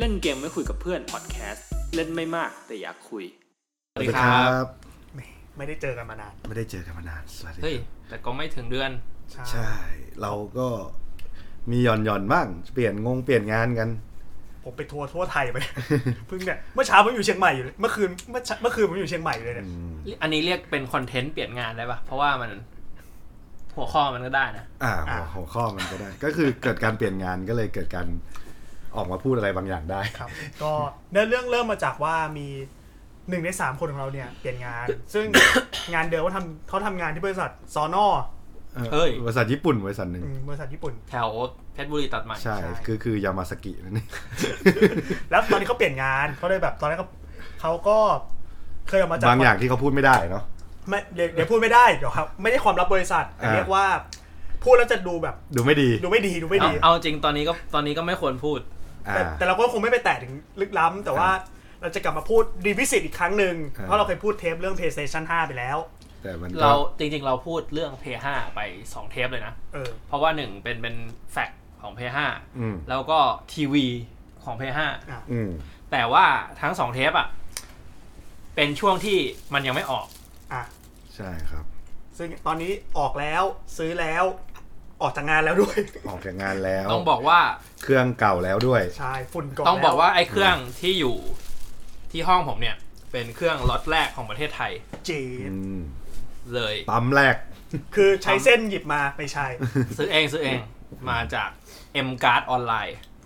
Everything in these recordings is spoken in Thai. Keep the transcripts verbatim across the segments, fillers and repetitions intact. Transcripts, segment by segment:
เล่นเกมไม่คุยกับเพื่อนพอดแคสต์เล่นไม่มากแต่อยากคุยสวัสดีครับไม่ไม่ได้เจอกันมานานไม่ได้เจอกันมานานสวัสดีเฮ้ยแต่ก็ไม่ถึงเดือนใช่เราก็มีหย่อนหย่อนบ้างเปลี่ยนงงเปลี่ยนงานกันผมไปทัวร์ทั่วไทยไปเพิ่งเนี่ยเมื่อเช้าผมอยู่เชียงใหม่อยู่เลยเมื่อคืนเมื่อเมื่อคืนผมอยู่เชียงใหม่เลยเนี่ยอันนี้เรียกเป็นคอนเทนต์เปลี่ยนงานได้ปะเพราะว่ามันหัวข้อมันก็ได้นะอ่าหัวข้อมันก็ได้ก็คือเกิดการเปลี่ยนงานก็เลยเกิดการออกมาพูดอะไรบางอย่างได้ครับก็เนื้อเรื่องเริ่มมาจากว่ามีหนึ่งในสามคนของเราเนี่ยเปลี่ยนงานซึ่งงานเดิมเขาทำเขาทำงานที่บริษัทซอนอเฮ้ยบริษัทญี่ปุ่นบริษัทหนึ่งบริษัทญี่ปุ่นแถวเพชรบุรีตัดใหม่ใช่คือคือยามาสกินั่นนี่แล้วตอนนี้เขาเปลี่ยนงานเขาเลยแบบตอนนั้นเขาเขาก็เคยออกมาจากบางอย่างที่เขาพูดไม่ได้เนาะไม่เดี๋ยวพูดไม่ได้เดี๋ยวครับไม่ได้ความลับบริษัทเรียกว่าพูดแล้วจะดูแบบดูไม่ดีดูไม่ดีดูไม่ดีเอาจริงตอนนี้ก็ตอนนี้ก็ไม่ควรพูดแต่แต่เราก็คงไม่ไปแตะถึงลึกล้ำแต่ว่าเราจะกลับมาพูดรีวิสิตอีกครั้งหนึ่งเพราะเราเคยพูดเทปเรื่อง PlayStation ห้าไปแล้วแต่มันเราจริงๆเราพูดเรื่อง พี ห้า ไปสองเทปเลยนะเออเพราะว่าหนึ่งเป็นเป็นแฟกต์ของ พี ห้า แล้วก็ทีวีของ พี ห้าอืมแต่ว่าทั้งสองเทปอ่ะเป็นช่วงที่มันยังไม่ออกอ่ะใช่ครับซึ่งตอนนี้ออกแล้วซื้อแล้วออกจากงานแล้วด้วยออกจากงานแล้วต้องบอกว่าเครื่องเก่าแล้วด้วยใช่ฝุ่นก่อนต้องบอกว่าไอ้เครื่องที่อยู่ที่ห้องผมเนี่ยเป็นเครื่องล็อตแรกของประเทศไทยเจนเลยปั๊มแรกคือใช้เส้นหยิบมาไม่ใช่ซื้อเองซื้อเองมาจาก M Card ออนไลน์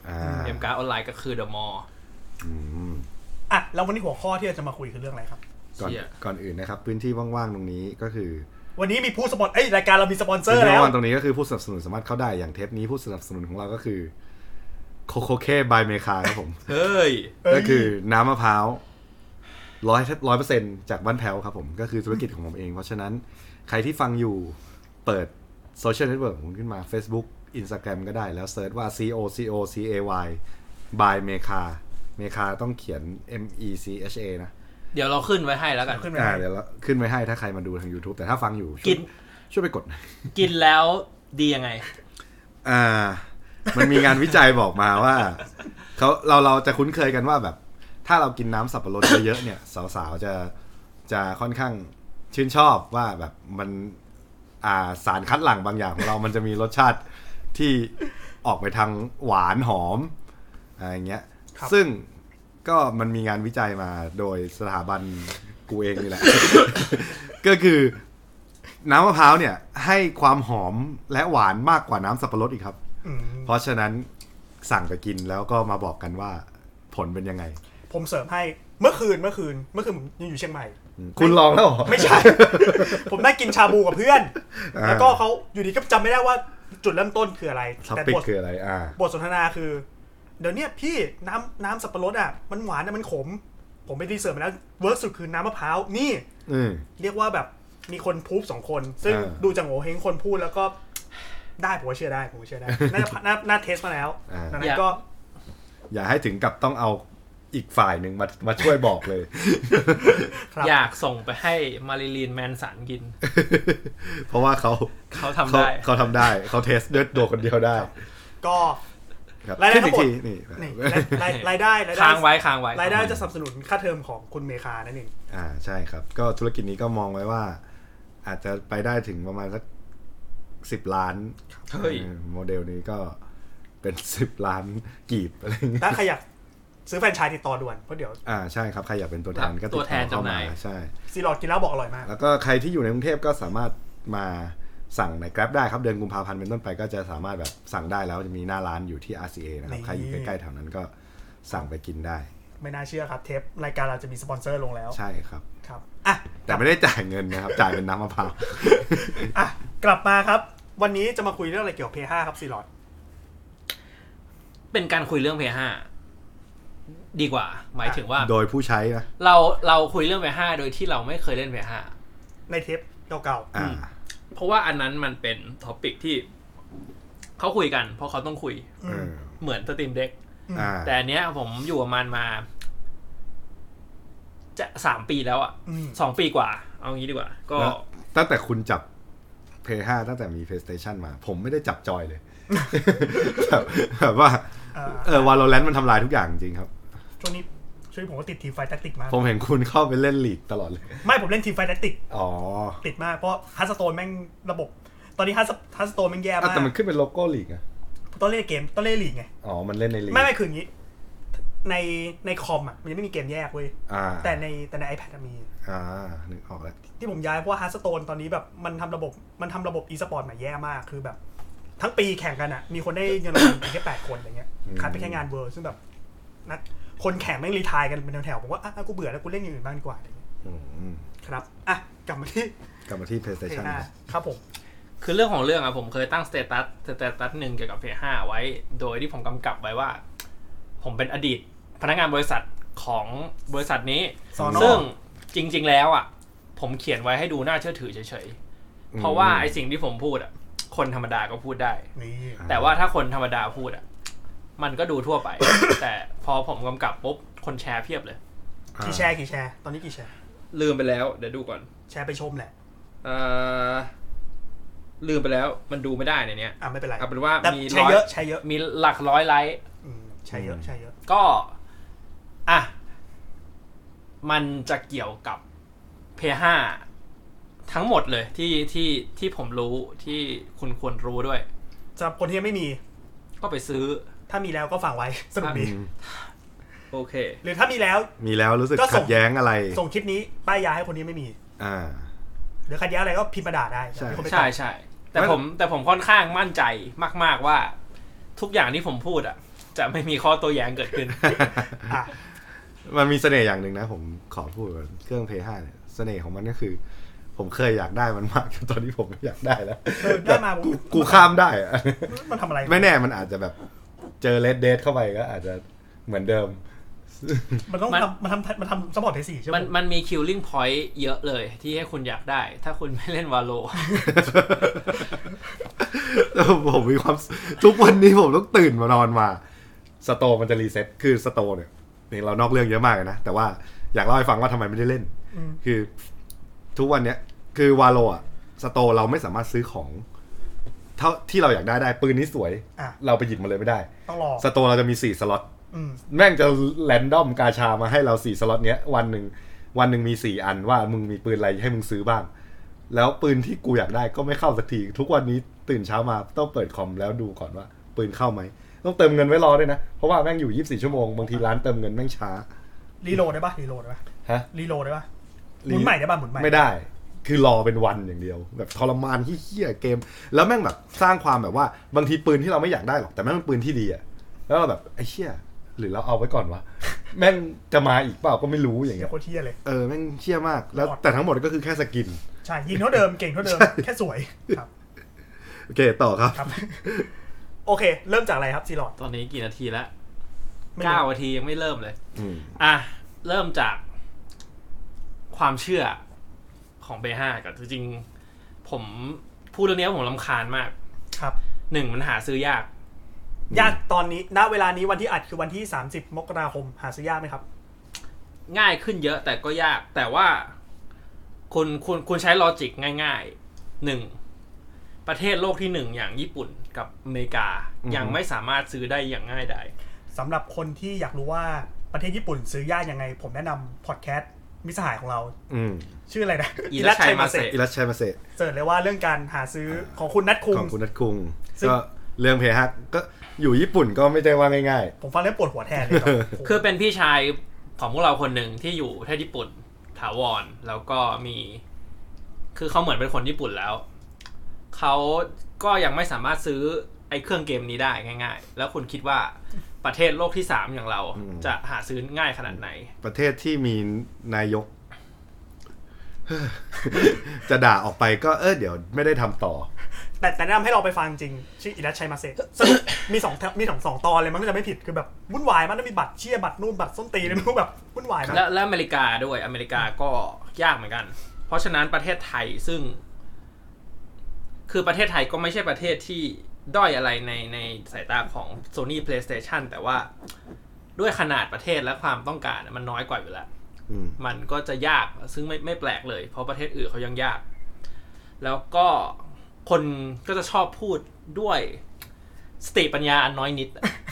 M Card ออนไลน์ก็คือ The Mall อืมอ่ะแล้ววันนี้หัวข้อที่เราจะมาคุยคือเรื่องอะไรครับก่อนก่อนอื่นนะครับพื้นที่ว่างๆตรงนี้ก็คือวันนี้มีผู้สปอนเอ้ยรายการเรามีสปอนเซอร์แล้วตรงนี้ก็คือผู้สนับสนุนสามารถเข้าได้อย่างเทปนี้ผู้สนับสนุนของเราก็คือโคโคเคบายเมคาครับผมเฮ้ยก็คือน้ำมะพร้าวร้อยร้อยเปอร์เซ็นต์จากบ้านแพ้วครับผมก็คือธุรกิจของผมเองเพราะฉะนั้นใครที่ฟังอยู่เปิดโซเชียลเน็ตเวิร์กผมขึ้นมา Facebook Instagram ก็ได้แล้วเซิร์ชว่า C O C O C A Y by เมคาเมคาต้องเขียน M E C H A นะเดี๋ยวเราขึ้นไว้ให้แล้วกันขึ้นไว้ให้เดี๋ยวเราขึ้นไว้ให้ถ้าใครมาดูทาง YouTube แต่ถ้าฟังอยู่กินช่วยไปกดกินแล้วดียังไงอ่ามันมีงานวิจัยบอกมาว่าเขาเราเราจะคุ้นเคยกันว่าแบบถ้าเรากินน้ำสับปะรดเยอะๆเนี่ยสาวๆจะจะค่อนข้างชื่นชอบว่าแบบมันอ่าสารคัดหลั่งบางอย่างของเรามันจะมีรสชาติที่ออกไปทางหวานหอมอะไรเงี้ยซึ่งก็มันมีงานวิจัยมาโดยสถาบันกูเองนี่แหละ ก็คือน้ำมะพร้าวเนี่ยให้ความหอมและหวานมากกว่าน้ำสับปะรดอีกครับเพราะฉะนั้นสั่งไปกินแล้วก็มาบอกกันว่าผลเป็นยังไงผมเสริมให้เมื่อคืนเมื่อคืนเมื่อคืนผมยังอยู่เชียงใหม่คุณลองแล้วเหรอไม่ใช่ ผมได้กินชาบูกับเพื่อนแล้วก็เขาอยู่ดีก็จำไม่ได้ว่าจุดเริ่มต้นคืออะไรแต่บทคืออะไรอ่าบทสนทนาคือเดี๋ยวนี้พี่น้ำน้ำสับปะรดอ่ะมันหวานนะมันขมผมไปรีเสิร์ชมาแล้วเวิร์กสุดคือน้ำมะพร้าวนี่เรียกว่าแบบมีคนพูดสองคนซึ่งดูจากโง่เฮงคนพูดแล้วก็ได้ผมว่าเชื่อได้ผมว่าเชื่อได้น่าจะน่าน่าเทสมาแล้วดังนั้นก็อย่าให้ถึงกับต้องเอาอีกฝ่ายหนึ่งมามาช่วยบอกเลยอยากส่งไปให้มาริลีนแมนสันกินเพราะว่าเขาเขาทำได้เขาทำได้เขาเทสด้วยตัวคนเดียวได้ก็รายได้ทั้งหมดนี่รายได้รายได้ค้างไว้ค้างไว้รายได้จะสนับสนุนค่าเทอมของคุณเมคานั่นเองอ่าใช่ครับก็ธุรกิจนี้ก็มองไว้ว่าอาจจะไปได้ถึงประมาณสักสิบล้านเฮ้ยโมเดลนี้ก็เป็นสิบล้านกีบอะไรอย่างเงี้ยถ้าใครอยากซื้อแฟรนไชส์ติดต่อด่วนเพราะเดี๋ยวอ่าใช่ครับใครอยากเป็นตัวแทนก็ติดต่อเข้ามาใช่ซีลอดกินแล้วบอกอร่อยมากแล้วก็ใครที่อยู่ในกรุงเทพก็สามารถมาสั่งใน Grab ได้ครับเดือนกุมภาพันธ์เป็นต้นไปก็จะสามารถแบบสั่งได้แล้วจะมีหน้าร้านอยู่ที่ อาร์ ซี เอ นะครับใครอยู่ใกล้ๆแถวนั้นก็สั่งไปกินได้ไม่น่าเชื่อครับเทปรายการเราจะมีสปอนเซอร์ลงแล้วใช่ครับครับอ่ะแต่ไม่ได้จ่ายเงินนะครับจ่ายเป็นน้ำมะพร้าวอ่ะกลับมาครับวันนี้จะมาคุยเรื่องอะไรเกี่ยวกับ พี ห้า ครับซีลอดเป็นการคุยเรื่อง พี ห้า ดีกว่าหมายถึงว่าโดยผู้ใช้นะเราเราคุยเรื่อง พี ห้า โดยที่เราไม่เคยเล่น พี ห้าในเทปเก่าๆอ่าเพราะว่าอันนั้นมันเป็นท็อปิกที่เขาคุยกันเพราะเขาต้องคุยเหมือนสตรีมเด็กแต่อันเนี้ยผมอยู่ประมาณมาจะสามปีแล้วอ่ะสองปีกว่าเอางี้ดีกว่าก็ตั้งแต่คุณจับ พี ห้า ตั้งแต่มี PlayStation มาผมไม่ได้จับจอยเลยแบบว่าเออ Valorant มันทำลายทุกอย่างจริงครับช่วงนี้ช่วงนี้ผมก็ติดทีมไฟแท็กติกมากผมเห็นคุณเข้าไปเล่นลีกตลอดเลยไม่ผมเล่นทีมไฟแท็กติกอ๋อติดมากเพราะฮัสโตนแม่งระบบตอนนี้ฮัสฮัสโตนแม่งแย่มากแต่มันขึ้นเป็นโลโก้ลีกอะต้องเล่นเกมต้องเล่นลีกไงอ๋อมันเล่นในลีกไม่ไม่คืออย่างนี้ในในคอมอ่ะมันยังไม่มีเกมแยกเว้ยแต่ในแต่ใน iPad มีอ่านึกออกแล้วที่ผมย้ายเพราะว่าฮัสโตนตอนนี้แบบมันทำระบบมันทำระบบ e-sport ใหม่แย่มากคือแบบทั้งปีแข่งกันอ่ะมีคนได้เงินรางวัลแค่แปดคนอะไรเงี้ยคัดไปแค่งานเวิร์ซึ่งแบบนักคนแข่งแม่งรีไทร์กันเป็นแถวๆผมว่าอ่ะกูเบื่อแล้วกูเล่นอย่างอื่นบ้างดีกว่าอะไรเงี้ยครับอ่ะกลับมาที่กลับมาที่ PlayStation ครับผมคือเรื่องของเรื่องอะผมเคยตั้งสเตตัสสเตตัสหนึ่งเกี่ยวกับ พี เอส ห้า ไว้โดยที่ผมกำกับไว้ว่าผมเป็นอดีตพนักงานบริษัทของบริษัทนี้ซึ่งจริงๆแล้วอะผมเขียนไว้ให้ดูน่าเชื่อถือเฉยๆเพราะว่าไอสิ่งที่ผมพูดอะคนธรรมดาก็พูดได้แต่ว่าถ้าคนธรรมดาพูดอะมันก็ดูทั่วไป แต่พอผมกำกับปุ๊บคนแชร์เพียบเลยกี่แชร์กี่แชร์ตอนนี้กี่แชร์ลืมไปแล้วเดี๋ยวดูก่อนแชร์ไปชมแหละเอ่อลืมไปแล้วมันดูไม่ได้ในเนี้ยอ่ะไม่เป็นไรเอาเป็นว่ามีใช้เยอะใช้เยอะมีหลักร้อยไลค์ใช้เยอะใช้เยอะก็อ่ะมันจะเกี่ยวกับ พี เอส ห้า ทั้งหมดเลยที่ที่ที่ผมรู้ที่คุณควรรู้ด้วยสำหรับคนที่ยังไม่มีก็ไปซื้อถ้ามีแล้วก็ฟังไว้สนุกดีโอเคหรือถ้ามีแล้วมีแล้วรู้สึกขัดแย้งอะไรส่งคลิปนี้ป้ายยาให้คนนี้ไม่มีอ่าหรือขัดแย้งอะไรก็พิมพ์มาด่าได้ใช่ใช่ใช่แต่ผมแต่ผมค่อนข้างมั่นใจมากๆว่าทุกอย่างที่ผมพูดอ่ะจะไม่มีข้อโต้แย้งเกิดขึ้นมันมีเสน่ห์อย่างหนึ่งนะผมขอพูดว่าเครื่อง พี เอส ห้า เนี่ยเสน่ห์ของมันก็คือผมเคยอยากได้มันมากตอนนี้ผมไม่อยากได้แล้วได้มากูข้ามได้อะมันทำอะไรไม่แน่มันอาจจะแบบเจอ Red Dead เข้าไปก็อาจจะเหมือนเดิมมันต้องทำมันทำมันทำซัพพอร์ตเพย์สี่ใช่ไหมมันมันมี killing point เยอะเลยที่ให้คุณอยากได้ถ้าคุณไม่เล่นวาโลผมมีความทุกวันนี้ผมต้องตื่นมานอนมาสโตร์มันจะรีเซ็ตคือสโตร์เนี่ยเรานอกเรื่องเยอะมากนะแต่ว่าอยากเล่าให้ฟังว่าทำไมไม่ได้เล่นคือทุกวันเนี้ยคือวาโลอ่ะสโตร์เราไม่สามารถซื้อของเท่าที่เราอยากได้ได้ปืนนี้สวยเราไปหยิบมาเลยไม่ได้ต้องรอสโตร์เราจะมีสี่สล็อตแม่งจะแรนดอมกาชามาให้เราสี่สล็อตเนี้ยวันหนึ่งวันหนึ่งมีสี่อันว่ามึงมีปืนอะไรให้มึงซื้อบ้างแล้วปืนที่กูอยากได้ก็ไม่เข้าสักทีทุกวันนี้ตื่นเช้ามาต้องเปิดคอมแล้วดูก่อนว่าปืนเข้าไหมต้องเติมเงินไว้รอด้วยนะเพราะว่าแม่งอยู่ยี่สิบสี่ชั่วโมงบางทีร้านเติมเงินแม่งช้ารีโหลดได้ปะรีโหลดได้ปะฮะรีโหลดได้ปะหมุนใหม่ได้ปะหมุนใหม่ไม่ได้คือรอเป็นวันอย่างเดียวแบบทรมานที่เหี้ยเกมแล้วแม่งแบบสร้างความแบบว่าบางทีปืนที่เราไม่อยากได้หรอกแต่แม่งเป็นปืนที่ดีอะแล้วเราแบบไอ้เหี้ยหรือเราเอาไว้ก่อนวะแม่งจะมาอีกเปล่าก็ไม่รู้อย่างเงี้ยโคตรเหี้ยเลยเออแม่งเหี้ยมากแล้วแต่ทั้งหมดก็คือแค่สกินใช่ยิงเท่าเดิมเก่งเท่าเดิมแค่สวยครับโอเคต่อครับโอเคเริ่มจากอะไรครับซีลอดตอนนี้กี่นาทีแล้วเก้านาทียังไม่เริ่มเลยอ่ะเริ่มจากความเชื่อของ พี เอส ห้า กับจริงๆผมพูดเรื่องนี้ผมรำคาญมากครับหนึ่งมันหาซื้อยากยากตอนนี้ณเวลานี้วันที่อัดคือวันที่สามสิบมกราคมหาซื้อยากไหมครับง่ายขึ้นเยอะแต่ก็ยากแต่ว่าคุณคุณคุณใช้ลอจิกง่ายๆหนึ่งประเทศโลกที่หนึ่งอย่างญี่ปุ่นกับอเมริกายังไม่สามารถซื้อได้อย่างง่ายดายสำหรับคนที่อยากรู้ว่าประเทศญี่ปุ่นซื้อยากยังไงผมแนะนำพอดแคสต์มิตรสหายของเราชื่ออะไรนะอิรัชชัยมาเซอิรัชชัยมาเซเสิร์ชเลยว่าเรื่องการหาซื้อของคุณนัทคุงของคุณนัทคุงก็เรื่อง พี เอส ห้า ก็อยู่ญี่ปุ่นก็ไม่ใช่ว่าง่ายๆผมฟังแล้วปวดหัวแทนเลยคือเป็นพี่ชายของพวกเราคนหนึ่งที่อยู่ประเทศญี่ปุ่นถาวรแล้วก็มีคือเขาเหมือนเป็นคนญี่ปุ่นแล้วเขาก็ยังไม่สามารถซื้อไอ้เครื่องเกมนี้ได้ง่ายๆแล้วคุณคิดว่าประเทศโลกที่สามอย่างเราจะหาซื้อง่ายขนาดไหนประเทศที่มีนายกจะด่าออกไปก็เออเดี๋ยวไม่ได้ทำต่อแต่แต่แนะนำให้เราไปฟังจริงชื่ออิรัชชัยมาเซมีสองมีสองสองตอนเลยมันก็จะไม่ผิดคือแบบวุ่นวายมันต้องมีบัตรเชี่ยบัตรนู่นบัตรส้นตีนไม่รู้แบบวุ่นวายมากและและอเมริกาด้วยอเมริกาก็ยากเหมือนกันเพราะฉะนั้นประเทศไทยซึ่งคือประเทศไทยก็ไม่ใช่ประเทศที่ด้อยอะไรในในสายตาของ Sony PlayStation แต่ว่าด้วยขนาดประเทศและความต้องการมันน้อยกว่าอยู่แล้วมันก็จะยากซึ่งไม่ไม่แปลกเลยเพราะประเทศอื่นเขายังยากแล้วก็คนก็จะชอบพูดด้วยสติปัญญาอันน้อยนิด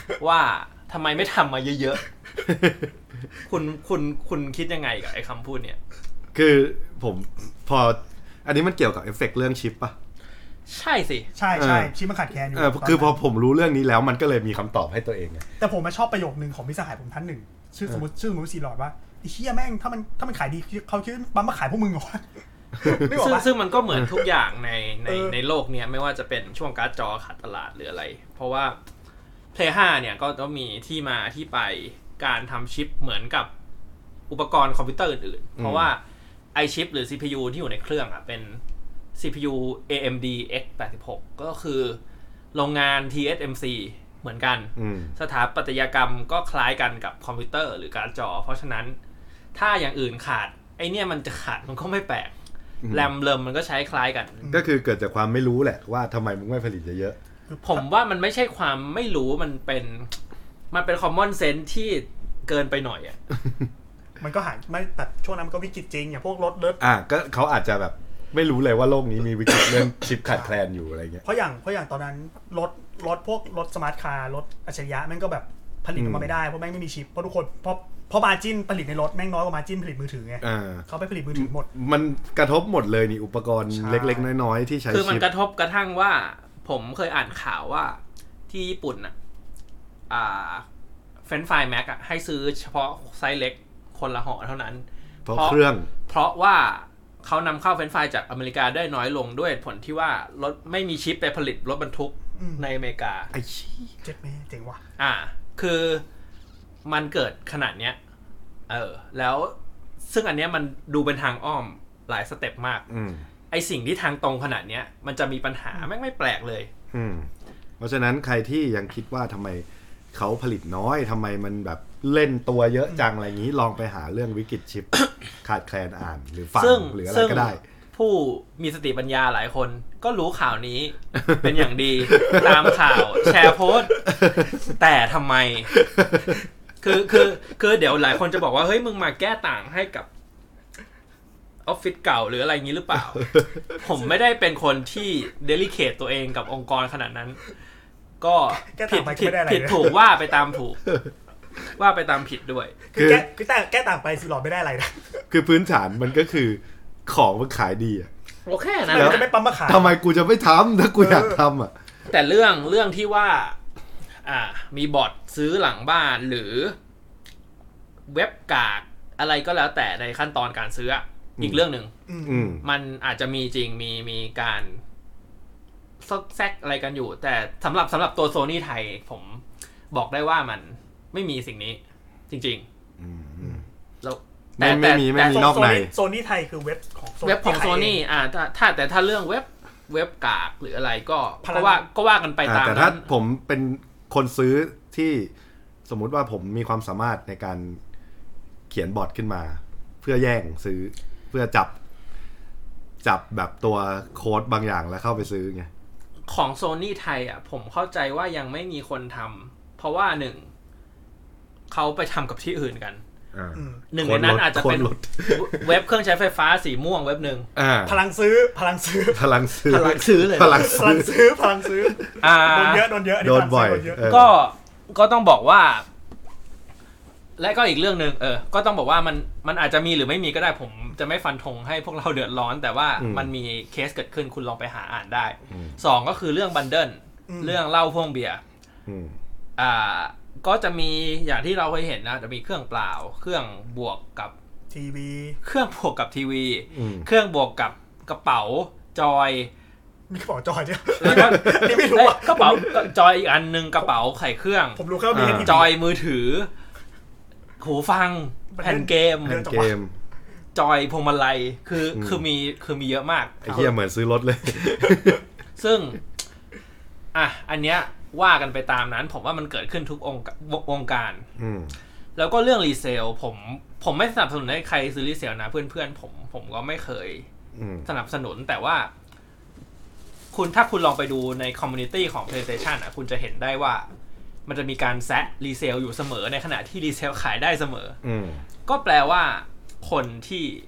ว่าทำไมไม่ทำมาเยอะๆคุณคุณคุณคิดยังไงกับไอ้คำพูดเนี่ยคือผมพออันนี้มันเกี่ยวกับเอฟเฟกต์เรื่องชิปป่ะใช่สิใช่ใช่ชิปมันขาดแคลนอยู่คือพอผมรู้เรื่องนี้แล้วมันก็เลยมีคำตอบให้ตัวเองไงแต่ผมมาชอบประโยคนึงของพี่สหายผมท่านหนึ่งชื่อสมมติชื่อสมมติซีหลอดว่าไอ้เหี้ยแม่งถ้ามันถ้ามันขายดีเขาคิดปั๊มมาขายพวกมึงเหรอซึ่งซึ่งมันก็เหมือนทุกอย่างในในในโลกเนี้ยไม่ว่าจะเป็นช่วงการ์ดจอขาดตลาดหรืออะไรเพราะว่า เพลย์ ห้าเนี่ยก็ต้องมีที่มาที่ไปการทำชิปเหมือนกับอุปกรณ์คอมพิวเตอร์อื่นๆเพราะว่าไอชิปหรือ ซี พี ยู ที่อยู่ในเครื่องอ่ะเป็น ซี พี ยู เอ เอ็ม ดี เอ็กซ์ แปดสิบหก ก็คือโรงงาน ที เอส เอ็ม ซี เหมือนกันสถาปัตยกรรมก็คล้ายกันกับคอมพิวเตอร์หรือการ์ดจอเพราะฉะนั้นถ้าอย่างอื่นขาดไอเนี่ยมันจะขาดมันก็ไม่แปลกแรมเริ่มมันก็ใช้คล้ายกันก็คือเกิดจากความไม่รู้แหละว่าทำไมมึงไม่ผลิตเยอะๆผมว่ามันไม่ใช่ความไม่รู้มันเป็นมันเป็นคอมมอนเซนส์ที่เกินไปหน่อยอ่ะมันก็หาไม่แต่ช่วงนั้นมันก็วิกฤตจริงอย่างพวกรถรถอ่ะก็เขาอาจจะแบบไม่รู้เลยว่าโลกนี้มีวิกฤตเรื่องชิปขาดแคลนอยู่อะไรเงี้ยเพราะอย่างเพราะอย่างตอนนั้นรถรถพวกรถสมาร์ทคาร์รถอัจฉริยะแม่งก็แบบผลิตออกมาไม่ได้เพราะแม่งไม่มีชิปเพราะทุกคนเพราะเพราะมาร์จิ้นผลิตในรถแม่งน้อยกว่ามาร์จิ้นผลิตมือถือไงเขาไปผลิตมือถือหมดมันกระทบหมดเลยนี่อุปกรณ์เล็กๆน้อยๆที่ใช้ชิปคือมันกระทบกระทั่งว่าผมเคยอ่านข่าวว่าที่ญี่ปุ่นอ่ะอ่าเฟรนช์ฟรายแม็กอ่ะให้ซื้อเฉพาะไซส์เล็กคนละห่อเท่านั้นเพราะเครื่องเพราะว่าเขานำเข้าเฟรนช์ฟรายจากอเมริกาได้น้อยลงด้วยผลที่ว่ารถไม่มีชิปไปผลิตรถบรรทุกในอเมริกาไอ้ชี้เจ็บไหมเจ๋งว่ะอ่าคือมันเกิดขนาดเนี้ยเออแล้วซึ่งอันเนี้ยมันดูเป็นทางอ้อมหลายสเต็ปมากไอสิ่งที่ทางตรงขนาดเนี้ยมันจะมีปัญหาแม่งไม่แปลกเลยอืมเพราะฉะนั้นใครที่ยังคิดว่าทำไมเขาผลิตน้อยทำไมมันแบบเล่นตัวเยอะจังอะไรอย่างนี้ลองไปหาเรื่องวิกฤตชิป ขาดแคลนอ่านหรือฟังหรืออะไรก็ได้ผู้มีสติปัญญาหลายคนก็รู้ข่าวนี้ เป็นอย่างดี ตามข่าวแชร์โพสต์แต่ทำไมคือคือคือเดี๋ยวหลายคนจะบอกว่าเฮ้ยมึงมาแก้ต่างให้กับออฟฟิศเก่าหรืออะไรอย่างนี้หรือเปล่า ผมไม่ได้เป็นคนที่เดลิเคทตัวเองกับองค์กรขนาดนั้นก็ผิดผิดผิดถูกว่าไปตามถูกว่าไปตามผิดด้วยคือแก้คือแต่แก้ต่างไปสิหลอดไม่ได้อะไรนะคือพื้นฐานมันก็คือของมันขายดีอ่ะโอเคนะแล้วจะไม่ปั๊มมาขายทำไมกูจะไม่ทำถ้ากูอยากทำอ่ะแต่เรื่องเรื่องที่ว่าอ่ามีบอทซื้อหลังบ้านหรือเว็บกากอะไรก็แล้วแต่ในขั้นตอนการซื้ออีกเรื่องหนึ่งมันอาจจะมีจริงมีมีการซอกแซกอะไรกันอยู่แต่สำหรับสำหรับตัว Sony ไทยผมบอกได้ว่ามันไม่มีสิ่งนี้จริงๆแล้วแต่ไม่มีไม่มีนอกใน Sony ไทยคือเว็บของ Sony เว็บของ Sony อ่าถ้าถ้าแต่ถ้าเรื่องเว็บเว็บกากหรืออะไรก็ก็ว่าก็ว่ากันไปตามแต่ถ้าผมเป็นคนซื้อที่สมมุติว่าผมมีความสามารถในการเขียนบอทขึ้นมาเพื่อแย่งซื้อเพื่อจับจับแบบตัวโค้ดบางอย่างแล้วเข้าไปซื้อไงของ Sony ไทยอ่ะผมเข้าใจว่ายังไม่มีคนทำเพราะว่าหนึ่งเขาไปทำกับที่อื่นกันหนึ่งในนั้นอาจจะเป็นเว็บเครื่องใช้ไฟฟ้าสีม่วงเว็บหนึ่งพลังซื้อพลังซื้อพลังซื้อพลังซื้อเลยพลังซื้อพลังซื้อโดนเยอะโดนเยอะโดนบ่อยก็ก็ต้องบอกว่าและก็อีกเรื่องนึงเออก็ต้องบอกว่ามันมันอาจจะมีหรือไม่มีก็ได้ผมจะไม่ฟันธงให้พวกเราเดือดร้อนแต่ว่ามันมีเคสเกิดขึ้นคุณลองไปหาอ่านได้สองก็คือเรื่องบันเดิลเรื่องเหล้าพ่วงเบียร์อ่าก็จะมีอย่างที่เราเคยเห็นนะจะมีเครื่องเปล่าเครื่องบวกกับทีวีเครื่องบวกกับทีวีเครื่องบวกกับกระเป๋าจอยมีกระเป๋าจอยเนี่ยแล้วก็นี่ไม่รู้อ่ะกระเป๋าจอยอีกอันนึงกระเป๋าไข่เครื่องผมรู้แค่ว่ามีจอยมือถือหูฟังแผ่นเกมแผ่นเกมจอยพวงมาลัยคือคือมีคือมีเยอะมากไอ้เหี้ยเหมือนซื้อรถเลยซึ่งอ่ะอันเนี้ยว่ากันไปตามนั้นผมว่ามันเกิดขึ้นทุกองค์วงการแล้วก็เรื่องรีเซลผมผมไม่สนับสนุนให้ใครซื้อรีเซลนะเพื่อนๆผมผมก็ไม่เคยสนับสนุนแต่ว่าคุณถ้าคุณลองไปดูในคอมมูนิตี้ของ PlayStation อ่ะคุณจะเห็นได้ว่ามันจะมีการแซะรีเซลอยู่เสมอในขณะที่รีเซลขายได้เสมอก็แปลว่าคนที่ค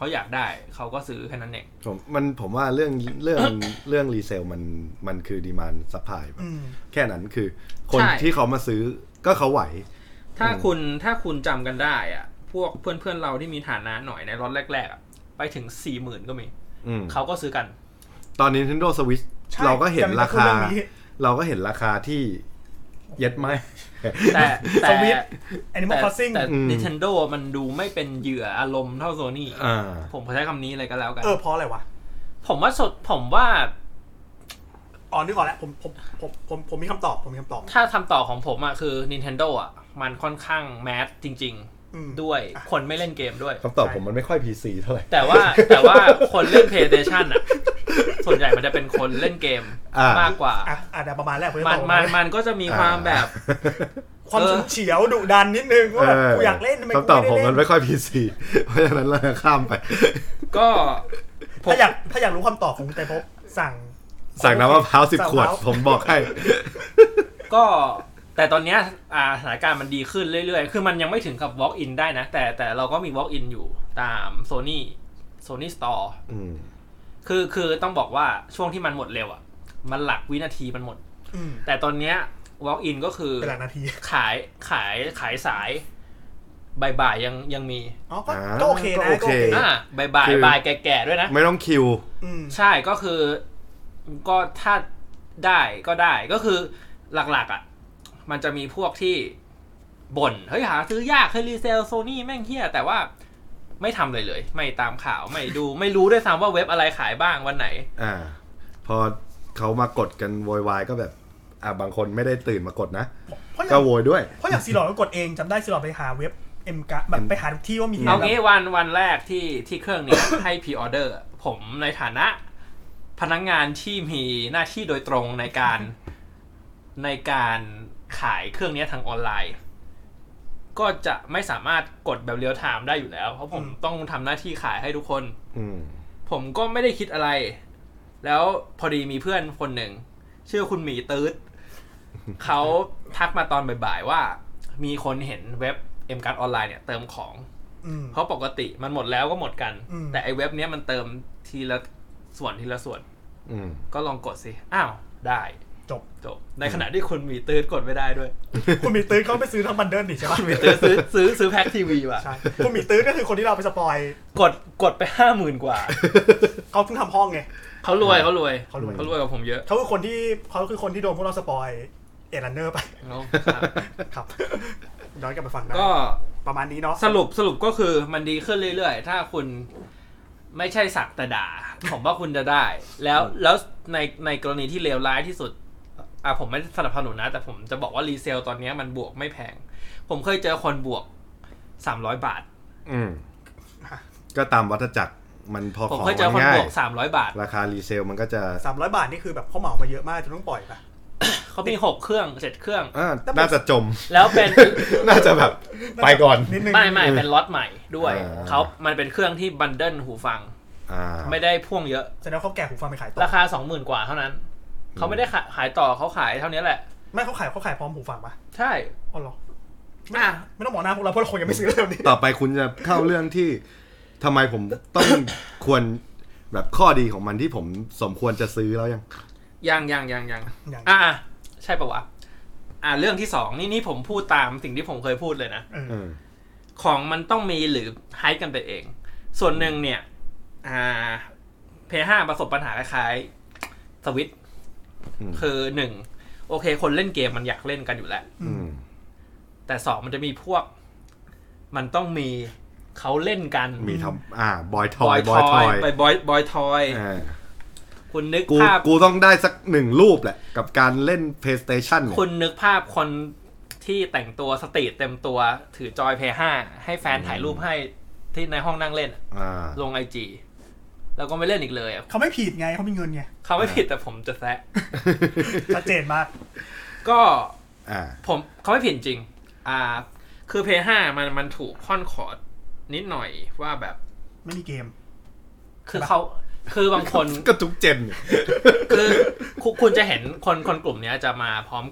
เขาอยากได้เขาก็ซื้อแค่นั้นเองผมมันผมว่าเรื่องเรื่องเรื่องรีเซลมันมันคือดีมานด์ซัพพลายแค่นั้นคือคนที่เขามาซื้อก็เขาไหวถ้าคุณถ้าคุณจำกันได้อ่ะพวกเพื่อนเพื่อนเราที่มีฐานะหน่อยในรถแรกๆอ่ะไปถึง สี่หมื่น ก็มีเขาก็ซื้อกันตอน Nintendo Switch เราก็เห็นราคาเราก็เห็นราคาที่เย็ดไหมแต่แต่ Animal Crossing แต่ Nintendo มันดูไม่เป็นเหยื่ออารมณ์เท่า Sony ผมใช้คำนี้เลยก็แล้วกันเออเพราะอะไรวะผมว่าสดผมว่าอ๋อนึกออกแล้วผมผมผมผมผมมีคำตอบผมมีคำตอบถ้าคำตอบของผมอ่ะคือ Nintendo อ่ะมันค่อนข้างแมสจริงๆด้วยคนไม่เล่นเกมด้วยคำตอบผมมันไม่ค่อย พี ซี เท่าไหร่แต่ว่าแต่ว่าคนเล่น PlayStation อ่ะส่วนใหญ่มันจะเป็นคนเล่นเกมมากกว่าอ่ะอ่ะประมาณแรกมันมันมันก็จะมีความแบบความเฉียวดุดันนิดนึงว่ากูอยากเล่นทำไมกูไม่ได้เล่นคำตอบผมมันไม่ค่อย พี ซี เพราะฉะนั้นเราข้ามไปก็ถ้าอยากถ้าอยากรู้คำตอบของแต่พบสั่งสั่งน้ำมะพร้าวสิบขวดผมบอกให้ก็แต่ตอนนี้สถานการณ์มันดีขึ้นเรื่อยๆคือมันยังไม่ถึงกับ walk in ได้นะแต่แต่เราก็มี walk in อยู่ตาม Sony Sony Store คือคือต้องบอกว่าช่วงที่มันหมดเร็วอ่ะมันหลักวินาทีมันหมดแต่ตอนนี้ walk in ก็คือเป็นหลักนาทีขายขายขายสายบ่ายๆยังยังมีอ๋อก็โอเคนะโอเคอ่าบ่ายๆบ่ายแก่ๆด้วยนะไม่ต้องคิวใช่ก็คือก็ถ้าได้ก็ได้ก็คือหลักๆอ่ะมันจะมีพวกที่บ่นเฮ้ยหาซื้อยากให้รีเซลโซนี่แม่งเหี้ยแต่ว่าไม่ทำเลยเลยไม่ตามข่าวไม่ดูไม่รู้ด้วยซ้ำว่าเว็บอะไรขายบ้างวันไหนอ่าพอเขามากดกันโวยวายก็แบบอ่าบางคนไม่ได้ตื่นมากดนะก็โวยด้วยเพราะอย่างซีหลอดก็กดเองจำได้ซีหลอดไปหาเว็บเอ็มกะแบบไปหาที่ว่ามีเอางี้วันวันแรกที่ที่เครื่องนี้ให้พรีออเดอร์ผมในฐานะพนักงานที่มีหน้าที่โดยตรงในการในการขายเครื่องนี้ทางออนไลน์ก็จะไม่สามารถกดแบบเรียลไทม์ได้อยู่แล้วเพราะผมต้องทำหน้าที่ขายให้ทุกคนผมก็ไม่ได้คิดอะไรแล้วพอดีมีเพื่อนคนหนึ่งชื่อคุณหมีตื๊ดเขาทักมาตอนบ่ายๆว่ามีคนเห็นเว็บ เอ็ม การ์ด ออนไลน์เนี่ยเติมของเพราะปกติมันหมดแล้วก็หมดกันแต่ไอ้เว็บนี้มันเติมทีละส่วนทีละส่วนก็ลองกดสิอ้าวได้จบจบในขณะที่คุณมีตื้นกดไม่ได้ด้วยคุณมีตื้นเขาไปซื้อทั้งบันเดิลดิใช่ป่ะคุณมีตื้นซื้อซื้อซื้อแพ็คทีวีว่ะใช่คุณมีตื้นก็คือคนที่เราไปสปอยกดกดไป ห้าหมื่น กว่าเขาเพิ่งทำห้องไงเขารวยเขารวยเขารวยเขารวยกว่าผมเยอะเขาคือคนที่เขาคือคนที่โดนพวกเราสปอยเอรันเนอร์ไปครับย้อนกลับไปฟังได้ก็ประมาณนี้เนาะสรุปสรุปก็คือมันดีขึ้นเรื่อยๆถ้าคุณไม่ใช่สักแต่ด่าผมว่าคุณจะได้แล้วแล้วในในกรณีที่เลวร้ายที่สุดอ่ะผมไม่สนับสนุนนะแต่ผมจะบอกว่ารีเซลตอนนี้มันบวกไม่แพงผมเคยเจอคนบวกสามร้อยบาทอืมก็ตามวัฏจักรมันพอของผมเคยเจอคนบวกสามร้อยบาทราคารีเซลมันก็จะสามร้อยบาทนี่คือแบบเขาเหมามาเยอะมากจนต้องปล่อยป่ะเขามีหกเครื่องเจ็ดเครื่องอ่าน่าจะจมแล้วเป็นน่าจะแบบไปก่อนไม่ไม่เป็นล็อตใหม่ด้วยเขามันเป็นเครื่องที่บันเดิลหูฟังไม่ได้พ่วงเยอะแสดงว่าเขาแกะหูฟังไปขายต่อราคา สองหมื่น กว่าเท่านั้นเขาไม่ได้ขายต่อเขาขายเท่านี้แหละไม่เขาขายเขาขายพร้อมหูฟังป่ะใช่อ๋อเหรอไม่ไม่ต้องบอกหน้าพวกเราเพราะเราคงยังไม่ซื้อเรื่องนี้ต่อไปคุณจะเข้าเรื่องที่ทำไมผมต้องควรแบบข้อดีของมันที่ผมสมควรจะซื้อแล้วยังยังยังยังยังอ่าใช่ป่ะวะอ่าเรื่องที่สองนี่นี่ผมพูดตามสิ่งที่ผมเคยพูดเลยนะของมันต้องมีหรือไฮกันไปเองส่วนหนึ่งเนี่ยอ่า พี เอส ห้า ประสบปัญหาคล้ายๆสวิตช์คือหนึ่งโอเคคนเล่นเกมมันอยากเล่นกันอยู่แล้วแต่สองมันจะมีพวกมันต้องมีเขาเล่นกันมีทำอ่าบอยทอยบอยทอยไปบอยบอยทอยคุณนึกภาพกูต้องได้สักหนึ่งรูปแหละกับการเล่น PlayStation คุณนึกภาพคนที่แต่งตัวสตรีทเต็มตัวถือจอย พี เอส ห้า ให้แฟนถ่ายรูปให้ที่ในห้องนั่งเล่นลง ไอ จี แล้วก็ไม่เล่นอีกเลยอ่ะเขาไม่ผิดไงเขามีเงินไงเขาไม่ผิดแต่ผมจะแซะชัดเจนมากก็ผมเขาไม่ผิดจริงอ่าคือ พี เอส ห้า มันมันถูกค่อนคอร์ดนิดหน่อยว่าแบบไม่มีเกมคือเขาคือบางคนก็ทุกเจนคือคุณจะเห็นคนคนกลุ่มนี้จะมาพร้อมกับ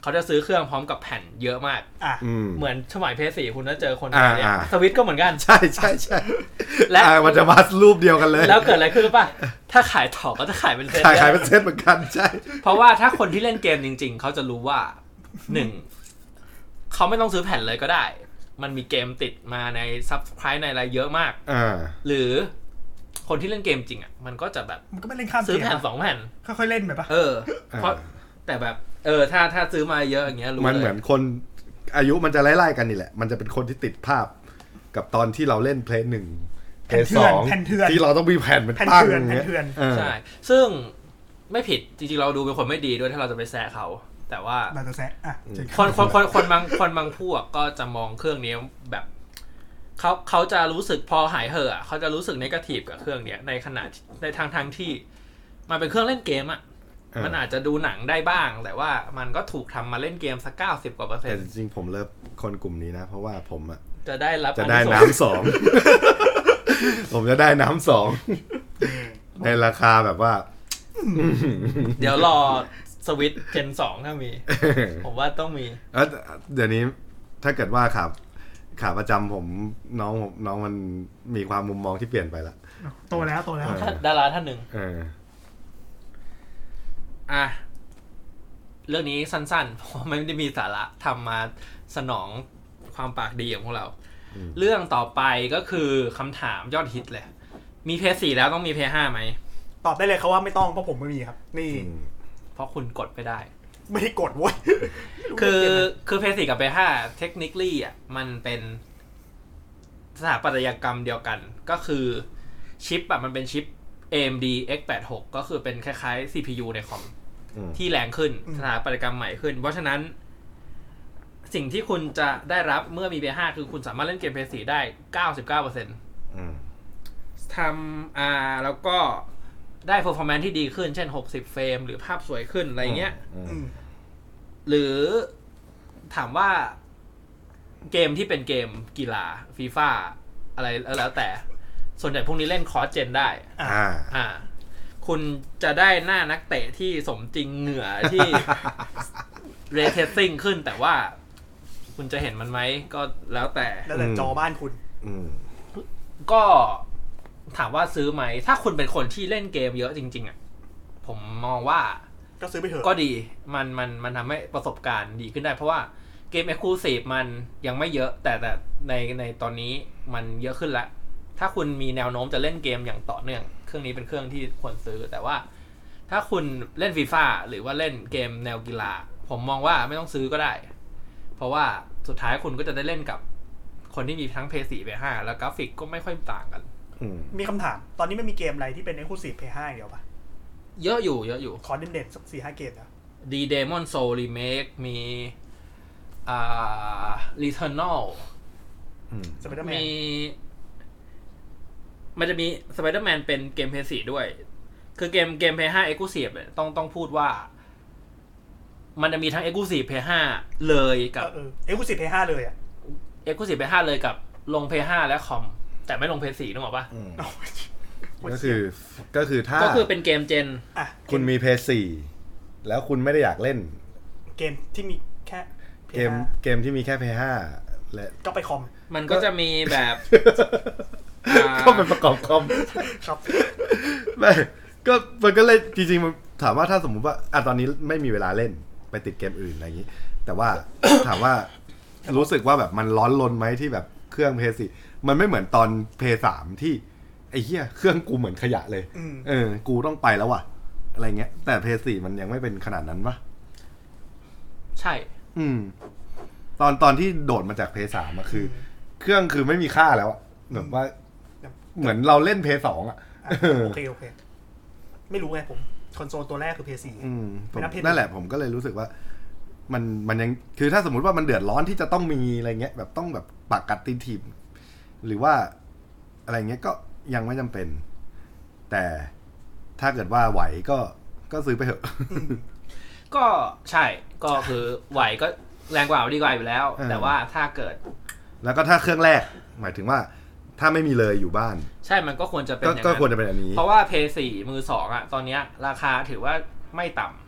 เขาจะซื้อเครื่องพร้อมกับแผ่นเยอะมากอ่ะเหมือนสมัย พี เอส โฟร์ คุณจะเจอคนแบบนี้สวิตช์ก็เหมือนกันใช่ใช่ใช่และมันจะมารูปเดียวกันเลยแล้วเกิดอะไรขึ้นป่ะถ้าขายถอกก็จะขายเป็นเซตขายขายเป็นเซตเหมือนกันใช่เพราะว่าถ้าคนที่เล่นเกมจริงๆเขาจะรู้ว่าหนึ่งเขาไม่ต้องซื้อแผ่นเลยก็ได้มันมีเกมติดมาใน Subscribe ในอะไรเยอะมากหรือคนที่เล่นเกมจริงอ่ะมันก็จะแบบมันก็ไม่เล่นข้ามซื้อแผ่นสองแผ่นค่อยๆเล่นแบบป่ะเออเพราะแต่แบบเออถ้าถ้าซื้อมาเยอะอย่างเงี้ยรู้เลยมันเหมือนคนอายุมันจะไล่ๆกันนี่แหละมันจะเป็นคนที่ติดภาพกับตอนที่เราเล่นเพลย์หนึ่งเพลย์สองที่เราต้องมีแผ่นเป็นตั้งอย่างเงี้ยใช่ซึ่งไม่ผิดจริงๆเราดูเป็นคนไม่ดีด้วยถ้าเราจะไปแซะเขาแต่ว่าเราจะแซะอ่ะคนคนคนคนบางคนบางพวกก็จะมองเครื่องนี้แบบเขาเขาจะรู้สึกพอหายเห่อเขาจะรู้สึกเนกาทีฟกับเครื่องเนี้ยในขณะในทางทางที่มันเป็นเครื่องเล่นเกมอ่ะมันอาจจะดูหนังได้บ้างแต่ว่ามันก็ถูกทำมาเล่นเกมสักเก้าสิบกว่าเปอร์เซ็นต์แต่จริงๆผมเลิกคนกลุ่มนี้นะเพราะว่าผมอ่ะจะได้รับจะได้น้ำสองผมจะได้น้ำสองในราคาแบบว่าเดี๋ยวรอสวิตช์เจนสองถ้ามีผมว่าต้องมีเดี๋ยวนี้ถ้าเกิดว่าขาขาประจำผมน้องน้องมันมีความมุมมองที่เปลี่ยนไปละโตแล้วโตแล้วดาราท่านหนึ่งอ่ะเรื่องนี้สั้นๆเพราะไม่ได้มีสาระทำมาสนองความปากดีของพวกเราเรื่องต่อไปก็คือคำถามยอดฮิตเลยมี พี เอส โฟร์ แล้วต้องมี พี เอส ไฟว์ ไหมตอบได้เลยครับว่าไม่ต้องเพราะผมไม่มีครับนี่เพราะคุณกดไม่ได้ไม่ได้กดเว้ยคือคือ พี เอส โฟร์ กับ พี เอส ไฟว์ technically อ่ะมันเป็นสถาปัตยกรรมเดียวกันก็คือชิปอ่ะมันเป็นชิป เอ เอ็ม ดี เอ็กซ์ แปดสิบหก ก็คือเป็นคล้ายๆ ซี พี ยู ในคอมที่แรงขึ้นสถาปัตยกรรมใหม่ขึ้นเพราะฉะนั้นสิ่งที่คุณจะได้รับเมื่อมี พี เอส ไฟว์ คือคุณสามารถเล่นเกม พี เอส โฟร์ ได้ เก้าสิบเก้าเปอร์เซ็นต์ อืมทำอ่าแล้วก็ได้ performance ที่ดีขึ้นเช่นหกสิบเฟรมหรือภาพสวยขึ้นอะไรเงี้ยหรือถามว่าเกมที่เป็นเกมกีฬาฟีฟ่าอะไรแล้วแต่ส่วนใหญ่พวกนี้เล่นคอร์สเจนได้อ่าอ่าคุณจะได้หน้านักเตะที่สมจริงเหงื่อที่เรเทสซิ่งขึ้นแต่ว่าคุณจะเห็นมันไหมก็แล้วแต่แล้วแต่จอบ้านคุณก็ถามว่าซื้อไหมถ้าคุณเป็นคนที่เล่นเกมเยอะจริงๆอ่ะผมมองว่าก็ซื้อไปเถอะก็ดีมันมันมันทำให้ประสบการณ์ดีขึ้นได้เพราะว่าเกม Exclusive มันยังไม่เยอะแต่แต่ในในตอนนี้มันเยอะขึ้นแล้วถ้าคุณมีแนวโน้มจะเล่นเกมอย่างต่อเนื่องเครื่องนี้เป็นเครื่องที่ควรซื้อแต่ว่าถ้าคุณเล่น FIFA หรือว่าเล่นเกมแนวกีฬาผมมองว่าไม่ต้องซื้อก็ได้เพราะว่าสุดท้ายคุณก็จะได้เล่นกับคนที่มีทั้ง พี เอส โฟร์ พี เอส ไฟว์ แล้วกราฟิกก็ไม่ค่อยต่างกันมีคำถามตอนนี้ไม่มีเกมอะไรที่เป็น Exclusive พี เอส ไฟว์ เดียวป่ะเยอะอยู่เยอะอยู่ขอเด่นๆสัก สี่ห้า เกมนะ The Demon Soul Remake มีอ่า Returnal มีมันจะมี Spider-Man เป็นเกม พี เอส โฟร์ ด้วยคือเกมเกม พี เอส ไฟว์ Exclusive เนี่ยต้องต้องพูดว่ามันจะมีทั้ง Exclusive พี เอส ไฟว์ เลยกับเออ Exclusive พี เอส ไฟว์ เลยอ่ะ Exclusive พี เอส ไฟว์ เลยกับลง พี เอส ไฟว์ และคอมแต่ไม่ลง พี เอส โฟร์ นึกออกป่ะก็คือก็คือถ้าก็คือเป็นเกมเจนคุณมี พี เอส โฟร์ แล้วคุณไม่ได้อยากเล่นเกมที่มีแค่เกมเกมที่มีแค่ พี เอส ไฟว์ และก็ไปคอมมันก็จะมีแบบก็เป็นประกอบคอมครับไม่ก็มันก็เลยจริงๆถามว่าถ้าสมมุติว่าอ่ะตอนนี้ไม่มีเวลาเล่นไปติดเกมอื่นอะไรอย่างนี้แต่ว่า ถามว่ารู้สึกว่าแบบมันร้อนรนไหมที่แบบเครื่อง พี เอส โฟร์ มันไม่เหมือนตอน พี เอส ทรี ที่ไอ้เหี้ยเครื่องกูเหมือนขยะเลยเออกูต้องไปแล้วว่ะอะไรเงี้ยแต่ พี เอส โฟร์ มันยังไม่เป็นขนาดนั้นปะใช่อืมตอนตอนที่โดดมาจาก พี เอส ทรี อ่ะคือเครื่องคือไม่มีค่าแล้วอ่ะแบบว่าเหมือนเราเล่น พี เอส ทู อ่ะโอเคโอเคไม่รู้ไงผมคอนโซลตัวแรกคือ พี เอส โฟร์อืมนั่นแหละผมก็เลยรู้สึกว่ามันมันยังคือถ้าสมมุติว่ามันเดือดร้อนที่จะต้องมีอะไรเงี้ยแบบต้องแบบปากกัดตีนถีบหรือว่าอะไรเงี้ยก็ยังไม่จำเป็นแต่ถ้าเกิดว่าไหวก็ก็ซื้อไปเถอะก็ใช่ก็คือไหวก็แรงกว่าดีกว่าอยู่แล้วแต่ว่าถ้าเกิดแล้วก็ถ้าเครื่องแรกหมายถึงว่าถ้าไม่มีเลยอยู่บ้านใช่มันก็ควรจะเป็นอย่างนั้นก็ควรจะเป็นอันนี้เพราะว่า พี เอส โฟร์ มือสองอ่ะตอนนี้ราคาถือว่าไม่ต่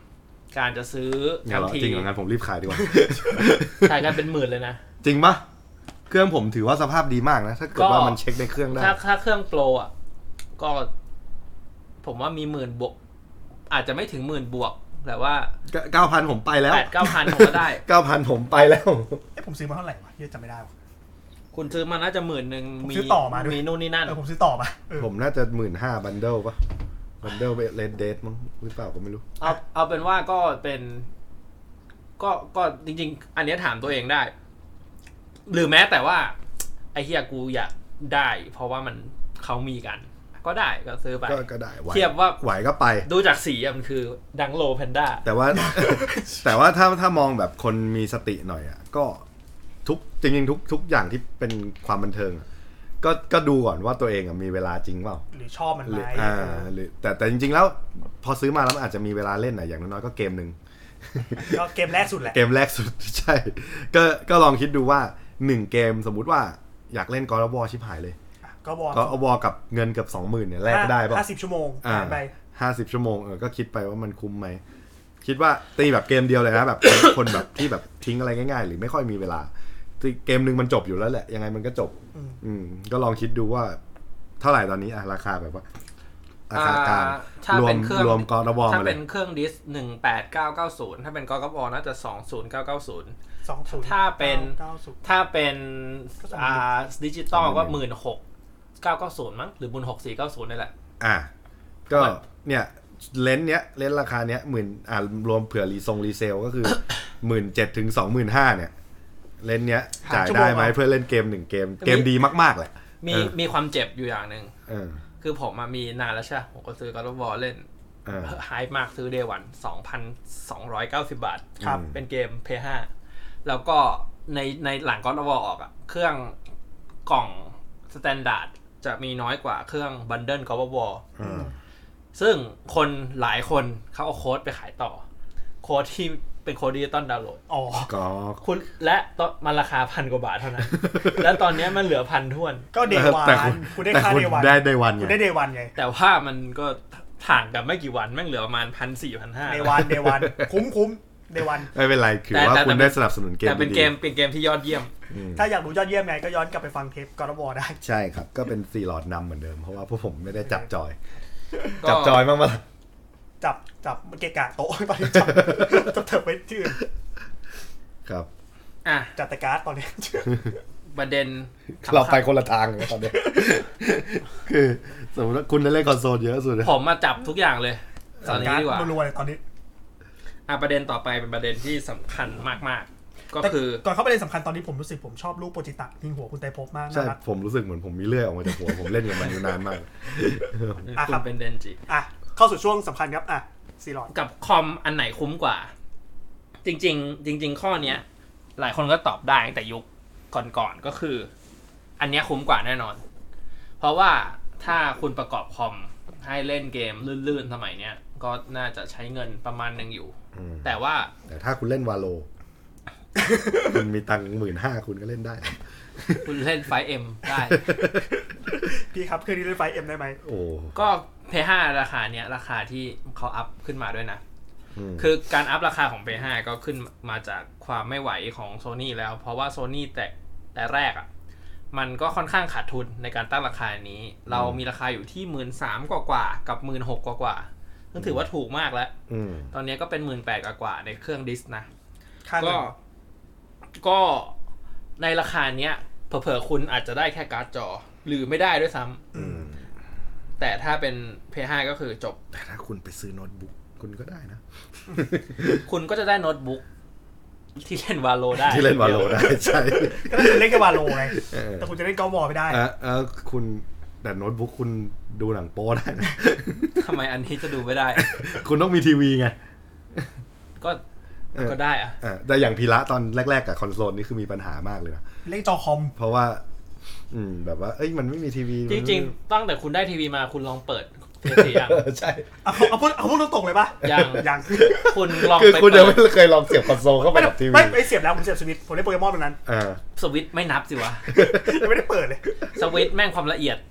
การจะซื้อทั้งทีจริงเหรองั้นผมรีบขายดีกว่าขายกันเป็นหมื่นเลยนะจริงปะเครื่องผมถือว่าสภาพดีมากนะถ้าเกิดว่ามันเช็คในเครื่องได้ถ้าถ้าเครื่องโปรอ่ะก็ผมว่ามีหมื่นบวกอาจจะไม่ถึงหมื่นบวกแต่ว่าเก้าพัน ผมไปแล้วแปด เก้าพัน ผมก็ได้เก้าพัน ผมไปแล้วเอ๊ะผมซื้อมาเท่าไหร่วะเยอะจำไม่ได้คุณซื้อมาน่าจะหมื่นนึงมีซื้อต่อมาด้วยมีนู่นนี่นั่นเออผมซื้อต่อมาผมน่าจะ หนึ่งหมื่นห้าพัน บันเดิลป่ะบันเดิลไปเรดเดทมั้งหรือเปล่าก็ไม่รู้เอาเอาเป็นว่าก็เป็นก็ก็จริงๆอันนี้ถามตัวเองได้หรือแม้แต่ว่าไอ้เหี้ยกูอยากได้เพราะว่ามันเขามีกันก็ได้ก็ซื้อไปก็ได้เทียบว่าไหวก็ไปดูจากสีมันคือดังโลแพนด้าแต่ว่า แต่ว่าถ้าถ้ามองแบบคนมีสติหน่อยอ่ะก็ทุกจริงๆทุกทุกอย่างที่เป็นความบันเทิงก็ก็ดูก่อนว่าตัวเองอ่ะมีเวลาจริงเปล่าหรือชอบมันไหมอ่าหรือแต่แต่จริงๆแล้วพอซื้อมาแล้วมันอาจจะมีเวลาเล่นน่ะอย่างน้อยๆก็เกมนึงก็เกมแรกสุดแหละเกมแรกสุดใช่ก็ก็ลองคิดดูว่าหนึ่งเกมสมมุติว่าอยากเล่น God of War ชิบหายเลยก็วอ God of War กับเงินเกือบ สองหมื่น เนี่ยแลกได้ป่ะห้าสิบชั่วโมงผ่านไปห้าสิบชั่วโมงเออก็คิดไปว่ามันคุ้มไหมคิดว่าตีแบบเกมเดียวเลยนะแบบคนแบบที่แบบทิ้งอะไรง่ายๆหรือไม่ค่อยมีเวลาเกมนึงมันจบอยู่แล้วแหละยังไงมันก็จบอืมก็ลองคิดดูว่าเท่าไหร่ตอนนี้อ่ะราคาแบบว่าราคากลางรวมรวม God of War ถ้าเป็นเครื่องดิสหนึ่งแปดเก้าเก้าศูนย์ถ้าเป็น God of War น่าจะสองศูนย์เก้าเก้าศูนย์ถ้าเป็นถ้าเป็นอ่าดิจิตอลก็ หนึ่งหมื่นหกพันเก้าร้อยเก้าสิบ มั้งหรือ หนึ่งหมื่นหกพันสี่ร้อยเก้าสิบ นี่แหละอ่ะก็เนี่ยเลนส์เนี้ยเลนส์ราคาเนี้ยหมื่นอ่ารวมเผื่อรีทรงรีเซลก็คือ หนึ่งหมื่นเจ็ดพัน ถึง สองหมื่นห้าพัน เนี่ยเลนส์เนี้ยจ่ายได้ไหมเพื่อเล่นเกมหนึ่งเกมเกมดีมากๆแหละมีมีความเจ็บอยู่อย่างนึงเออคือผมมามีนานแล้วใช่ผมก็ซื้อ God of War เล่นไฮมากซื้อ Day วัน สองพันสองร้อยเก้าสิบ บาทครับเป็นเกม พี เอส ห้า แล้วก็ในในหลัง God of War ออกอ่ะเครื่องกล่องสแตนดาร์ดจะมีน้อยกว่าเครื่องบันเดิล God of War ซึ่งคนหลายคนเขาเอาโค้ดไปขายต่อโค้ดที่เป็นโค้ดดิจิตอลดาวน์โหลดอ๋อก็คุณและมันราคาพันกว่าบาทเท่านั้น แล้วตอนนี้มันเหลือพันท้วนก็เดย์วันคุณได้ค่าเดย์วันได้เดย์วันคุณได้เดย์วันไงแต่ว่ามันก็ห่างกันไม่กี่วันแม่งเหลือประมาณ หนึ่งพันสี่ร้อย หนึ่งพันห้าร้อยเดย์วันเดย์วันคุ้มคุ้มเดย์วันไม่เป็นไรคือว่าคุณได้สนับสนุนเกมแต่เป็นเกมเป็นเกมที่ยอดเยี่ยมถ้าอยากดูยอดเยี่ยมไงก็ย้อนกลับไปฟังเทป God of War ได้ใช่ครับก็เป็นสี่หลอดนำเหมือนเดิมเพราะว่าพวกผมไม่ได้จับจอยจับจอยมากๆจับจับเกะกะโต๊ะตอนนี้จับจับเถิบไปที่อื่นครับอ่ะจัดแต่การ์ดตอนนี้ประเด็นเราไปคนละทางเลยตอนนี้คือสมมติว่าคุณได้เล่นคอนโซลเยอะสุดผมมาจับทุกอย่างเลยตอนนี้ดีกว่ารัวๆเลยตอนนี้อ่ะประเด็นต่อไปเป็นประเด็นที่สำคัญมากๆก็คือก่อนเข้าประเด็นสำคัญตอนนี้ผมรู้สึกผมชอบรูปโปรจิตะยิงหัวคุณไตรภพมากใช่ผมรู้สึกเหมือนผมมีเลื่อยออกมาจากหัวผมเล่นกับมันอยู่นานมากอ่ะครับเป็นเดนจิอ่ะเข้าสู่ช่วงสำคัญครับอ่ะซีรอนกับคอมอันไหนคุ้มกว่าจริงๆจริงๆข้อเนี้ยหลายคนก็ตอบได้แต่ยุคก่อนๆก็คืออันนี้คุ้มกว่าแน่นอนเพราะว่าถ้าคุณประกอบคอมให้เล่นเกมลื่นๆสมัยเนี้ยก็น่าจะใช้เงินประมาณนึงอยู่แต่ว่าแต่ถ้าคุณเล่นวาโลคุณมีตังค์ หนึ่งหมื่นห้าพัน คุณก็เล่นได้คุณเล่น ไฟว์ เอ็ม ได้พี่ครับเคยเล่น ไฟว์ เอ็ม ได้ไหมโอ้ก็ พี เอส ห้า ราคาเนี้ยราคาที่เขาอัพขึ้นมาด้วยนะคือการอัพราคาของ พี เอส ห้า ก็ขึ้นมาจากความไม่ไหวของ Sony แล้วเพราะว่า Sony แต่แต่แรกอ่ะมันก็ค่อนข้างขาดทุนในการตั้งราคานี้เรามีราคาอยู่ที่ หนึ่งหมื่นสามพัน กว่าๆกับ หนึ่งหมื่นหกพัน กว่าๆซึ่งถือว่าถูกมากแล้วตอนนี้ก็เป็น หนึ่งหมื่นแปดพัน กว่าๆในเครื่องดิสนะก็ก็ในราคาเนี้ยเผลอๆคุณอาจจะได้แค่การ์ดจอหรือไม่ได้ด้วยซ้ำแต่ถ้าเป็น พี เอส ห้า ก็คือจบแต่ถ้าคุณไปซื้อโน้ตบุ๊กคุณก็ได้นะคุณก็จะได้โน้ตบุ๊กที่เล่นวาโลได้ที่เล่นวาโลได้ใช่ก็คือเล่นกับวาโลไงแต่คุณจะเล่นกอล์ฟบอลไม่ได้เออเออคุณแต่โน้ตบุ๊กคุณดูหนังโป๊ได้นะทำไมอันนี้จะดูไม่ได้คุณต้องมีทีวีไงก็ก็ได้อะแต่อย่างพีระตอนแรกๆกับคอนโซลนี่คือมีปัญหา มากเลยนะเล่นจอคอมเพราะว่าอืมแบบว่าเอ้ยมันไม่มีทีวีจริงๆตั้งแต่คุณได้ทีวีมาคุณลองเปิดเทปยังใช่เอาเอาพูดเอาพูดตรงๆเลยป่ะยังยังคุณลองคือคุณยังไม่เคยลองเสียบคอนโซลเข้าไปกับทีวีไม่ไม่เสียบแล้วผมเสียบสวิตช์ผมเล่นโปเกมอนตรงนั้นอ่าสวิตช์ไม่นับสิวะยังไม่ได้เปิดเลยสวิตช์แม่งความละเอียด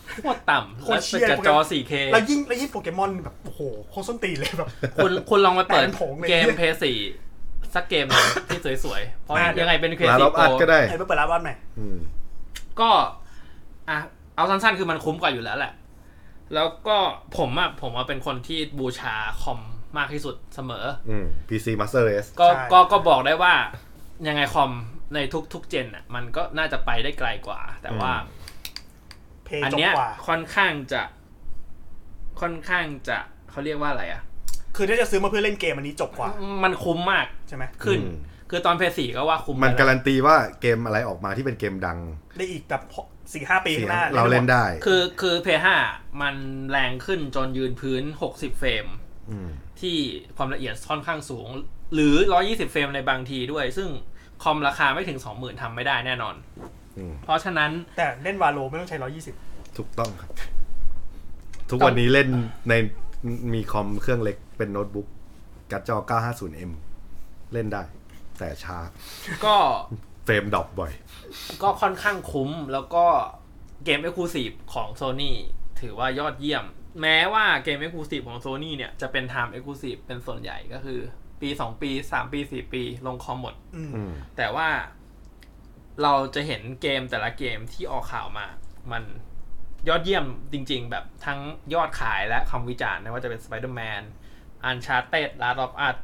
โคตรต่ำแล้วเป็นจอ โฟร์เคแล้วยิ่งแล้วยิ่งโปเกมอนแบบโอ้โหโคตรส้นตีนเลยแบบคุณคุณลองมาเปิดเกม พี เอส โฟร์ สักเกมนึงที่สวยๆเพราะยังไงเป็น Crazy Pro ก็ได้ให้ไปเปิดร้านบ้านใหม่ก็อ่ะเอาสั้นๆคือมันคุ้มกว่าอยู่แล้วแหละแล้วก็ผมอ่ะผมว่าเป็นคนที่บูชาคอมมากที่สุดเสมออืม พี ซี Master Race ก็ก็ก็บอกได้ว่ายังไงคอมในทุกๆเจนอ่ะมันก็น่าจะไปได้ไกลกว่าแต่ว่าอันเนี้ยค่อนข้างจะค่อนข้างจะเขาเรียกว่าอะไรอ่ะคือถ้าจะซื้อมาเพื่อเล่นเกมอันนี้จบกว่ามันคุ้มมากใช่ไหมขึ้นคือตอน พี เอส โฟร์ ก็ว่าคุ้มมันการันตีว่าเกมอะไรออกมาที่เป็นเกมดังได้อีกแบบ สี่ถึงห้า ปีข้างหน้าเราเล่นได้คือคือ พี เอส โฟร์ มันแรงขึ้นจนยืนพื้นหกสิบเฟรมที่ความละเอียดค่อนข้างสูงหรือหนึ่งร้อยยี่สิบเฟรมในบางทีด้วยซึ่งคอมราคาไม่ถึง สองหมื่น ทำไม่ได้แน่นอนเพราะฉะนั้นแต่เล่นวาโลไม่ต้องใช้หนึ่งร้อยยี่สิบถูกต้องครับทุกวันนี้เล่นในมีคอมเครื่องเล็กเป็นโน้ตบุ๊กการ์ดจอ เก้าห้าศูนย์เอ็ม เล่นได้แต่ช้าก็เฟรมดรอปบ่อยก็ค่อนข้างคุ้มแล้วก็เกม Exclusive ของ Sony ถือว่ายอดเยี่ยมแม้ว่าเกม Exclusive ของ Sony เนี่ยจะเป็น Time Exclusive เป็นส่วนใหญ่ก็คือปีสองปีสามปีสี่ปีลงคอมหมดแต่ว่าเราจะเห็นเกมแต่ละเกมที่ออกข่าวมามันยอดเยี่ยมจริงๆแบบทั้งยอดขายและคำวิจารณ์ไม่ว่าจะเป็น Spider-Man Uncharted Last of Us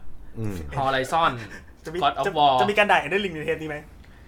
Horizon God of War จะมีการด่า Elden Ring ในเทปนี้ไหม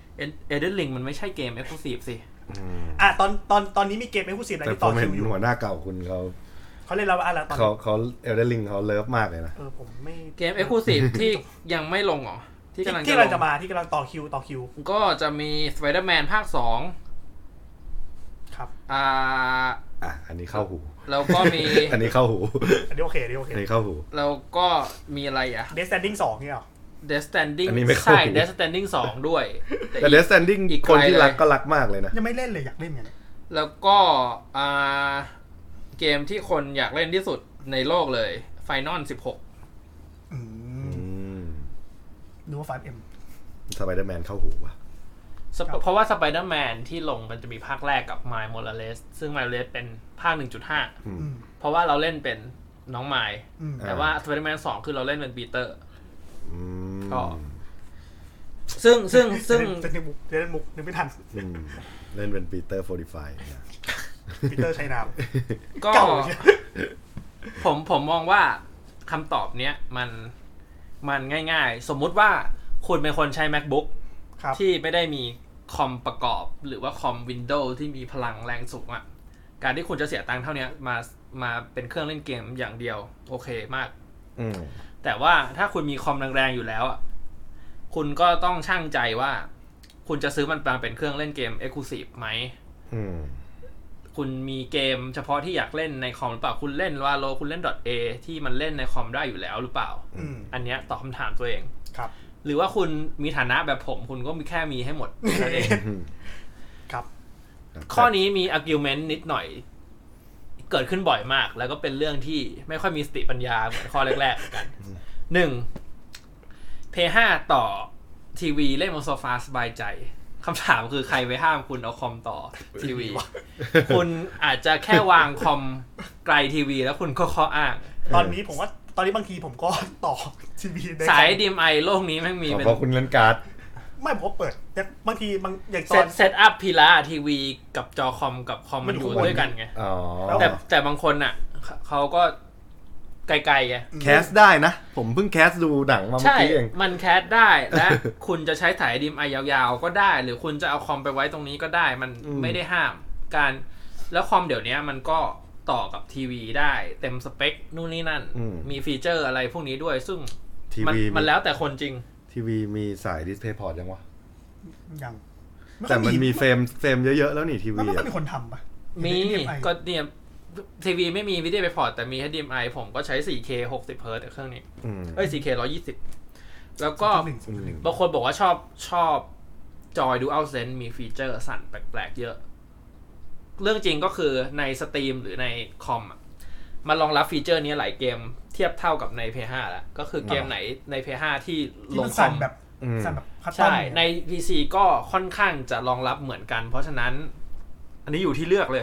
Elden Ring มันไม่ใช่เกม Exclusive สิอ่ะตอนตอนตอนนี้มีเกม Exclusive อะไรที่ต่อคิวอยู่หัวหน้าเก่าคุณเขาเขาเล่นแล้วอะไรตอนเขาเขา Elden Ring เขาเลิฟมากเลยนะเออผมไม่เกม Exclusive ที่ยังไม่ลงหรอที่กำลังที่กำลังจะมาที่กำลังต่อคิวต่อคิวก็จะมี Spider-Man ภาคสองครับอ่าอ่ะอันนี้เข้าหูแล้วก็มีอันนี้เข้าหูอันนี้โอเคอันนี้โอเคอันนี้เข้าหูแล้วก็มีอะไรอ่ะ Death Stranding สองเนี่ยหรอ Death Stranding ใช่ Death Stranding สองด้วยแต่ Death Stranding คนที่รักก็รักมากเลยนะยังไม่เล่นเลยอยากเล่นไงแล้วก็อ่าเกมที่คนอยากเล่นที่สุดในโลกเลย Final สิบหกอืมดูว่า ไฟว์ เอ็ม Spider-Man เข้าหูว่ะเพราะว่า Spider-Man ที่ลงมันจะมีภาคแรกกับ Miles Morales ซึ่ง Miles Morales เป็นภาค หนึ่งจุดห้า เพราะว่าเราเล่นเป็นน้องไมล์แต่ว่า Spider-Man สองคือเราเล่นเป็นปีเตอร์ก็ซึ่งซึ่งซึ่งเล่นมุกเล่นมุกนึกไม่ทันเล่นเป็นปีเตอร์โฟร์ตี้ไฟว์ปีเตอร์ใช้นามก็ผมผมมองว่าคำตอบเนี้ยมันมันง่ายๆสมมุติว่าคุณเป็นคนใช้ MacBook ที่ไม่ได้มีคอมประกอบหรือว่าคอม Windows ที่มีพลังแรงสูงอ่ะการที่คุณจะเสียตังค์เท่านี้มามาเป็นเครื่องเล่นเกมอย่างเดียวโอเคมากแต่ว่าถ้าคุณมีคอมแรงๆอยู่แล้วอ่ะคุณก็ต้องชั่งใจว่าคุณจะซื้อมันมาเป็นเครื่องเล่นเกม Exclusive ไหมคุณมีเกมเฉพาะที่อยากเล่นในคอมหรือเปล่าคุณเล่น Valo คุณเล่น .A ที่มันเล่นในคอมได้อยู่แล้วหรือเปล่า อ, อันเนี้ยตอบคำถามตัวเองครับหรือว่าคุณมีฐานะแบบผมคุณก็มีแค่มีให้หมดนั่นเองครับข้อนี้มี argument นิดหน่อยเกิดขึ้นบ่อยมากแล้วก็เป็นเรื่องที่ไม่ค่อยมีสติปัญญาเหมือนข้อแรกๆกันหนึ่ง พี เอส ไฟว์ ต่อทีวีเล่นบนโซฟาสบายใจคำถามคือใครไปห้ามคุณเอาคอมต่อทีวีคุณอาจจะแค่วางคอมไกลทีวีแล้วคุณก็ข้ออ้างตอนนี้ผมว่าตอนนี้บางทีผมก็ต่อทีวีได้สาย ดี เอ็ม ไอ โลกนี้แม่งมีเป็นเพราะคุณเล่นการ์ดไม่ผมเปิดแต่บางทีบางอย่างตอนเซตอัพพีละทีวีกับจอคอมกับคอมมันอยู่ด้วยกันไงแต่แต่บางคนน่ะเขาก็ไกลๆไงแคสได้นะผมเพิ่งแคสดูหนังมาเมื่อกี้เองมันแคสได้และคุณจะใช้สาย ดี เอ็ม ไอ ยาวๆก็ได้หรือคุณจะเอาคอมไปไว้ตรงนี้ก็ได้มันไม่ได้ห้ามการแล้วคอมเดี๋ยวนี้มันก็ต่อกับทีวีได้เต็มสเปคนู่นนี่นั่นมีฟีเจอร์อะไรพวกนี้ด้วยซึ่งมันมันแล้วแต่คนจริงทีวีมีสายดิสเพย์พอร์ตยังวะยังแต่มันมีเฟรมเฟรมเยอะๆแล้วนี่ทีวีมันมีคนทำปะมีก็เนี่ยทีวีไม่มีวิดีโอไปพอร์ตแต่มี เอช ดี เอ็ม ไอ ผมก็ใช้ โฟร์เค หกสิบ เฮิร์ตซ์เครื่องนี้เอ้ย โฟร์เค หนึ่งร้อยยี่สิบแล้วก็บางคนบอกว่าชอบชอบจอย DualSense มีฟีเจอร์สั่นแปลกๆเยอะเรื่องจริงก็คือในสตรีมหรือในคอมมันรองรับฟีเจอร์นี้หลายเกมเทียบเท่ากับใน พี เอส ไฟว์ แล้วก็คือเกมไหนใน พี เอส ไฟว์ ที่ลงคอมแบบสั่นแบบใช่ใน พี ซี ก็ค่อนข้างจะรองรับเหมือนกันเพราะฉะนั้นอันนี้อยู่ที่เลือกเลย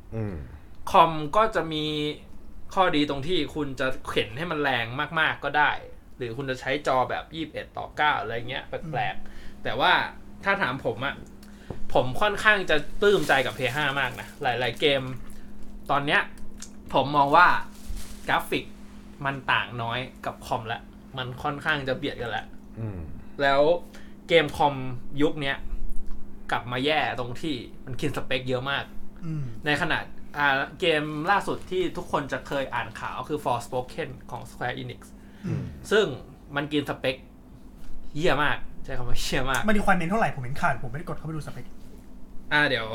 คอมก็จะมีข้อดีตรงที่คุณจะเข็นให้มันแรงมากๆก็ได้หรือคุณจะใช้จอแบบยี่สิบเอ็ดต่อเก้าอะไรเงี้ยแปลกๆแต่ว่าถ้าถามผมอะผมค่อนข้างจะปลื้มใจกับ พี เอส ห้า มากนะหลายๆเกมตอนเนี้ยผมมองว่ากราฟิกมันต่างน้อยกับคอมละมันค่อนข้างจะเบียดกันแล้วแล้วเกมคอมยุคนี้กลับมาแย่ตรงที่มันกินสเปคเยอะมากในขณะเกมล่าสุดที่ทุกคนจะเคยอ่านข่าวคือ Forspoken ของ Square Enix ซึ่งมันกินสเปคเหี้ยมากใช้คำว่าเหี้ยมากมันมีความเมนเท่าไหร่ผมเห็นขาดผมไม่ได้กดเข้าไปดูสเปคอ่าเดี๋ยว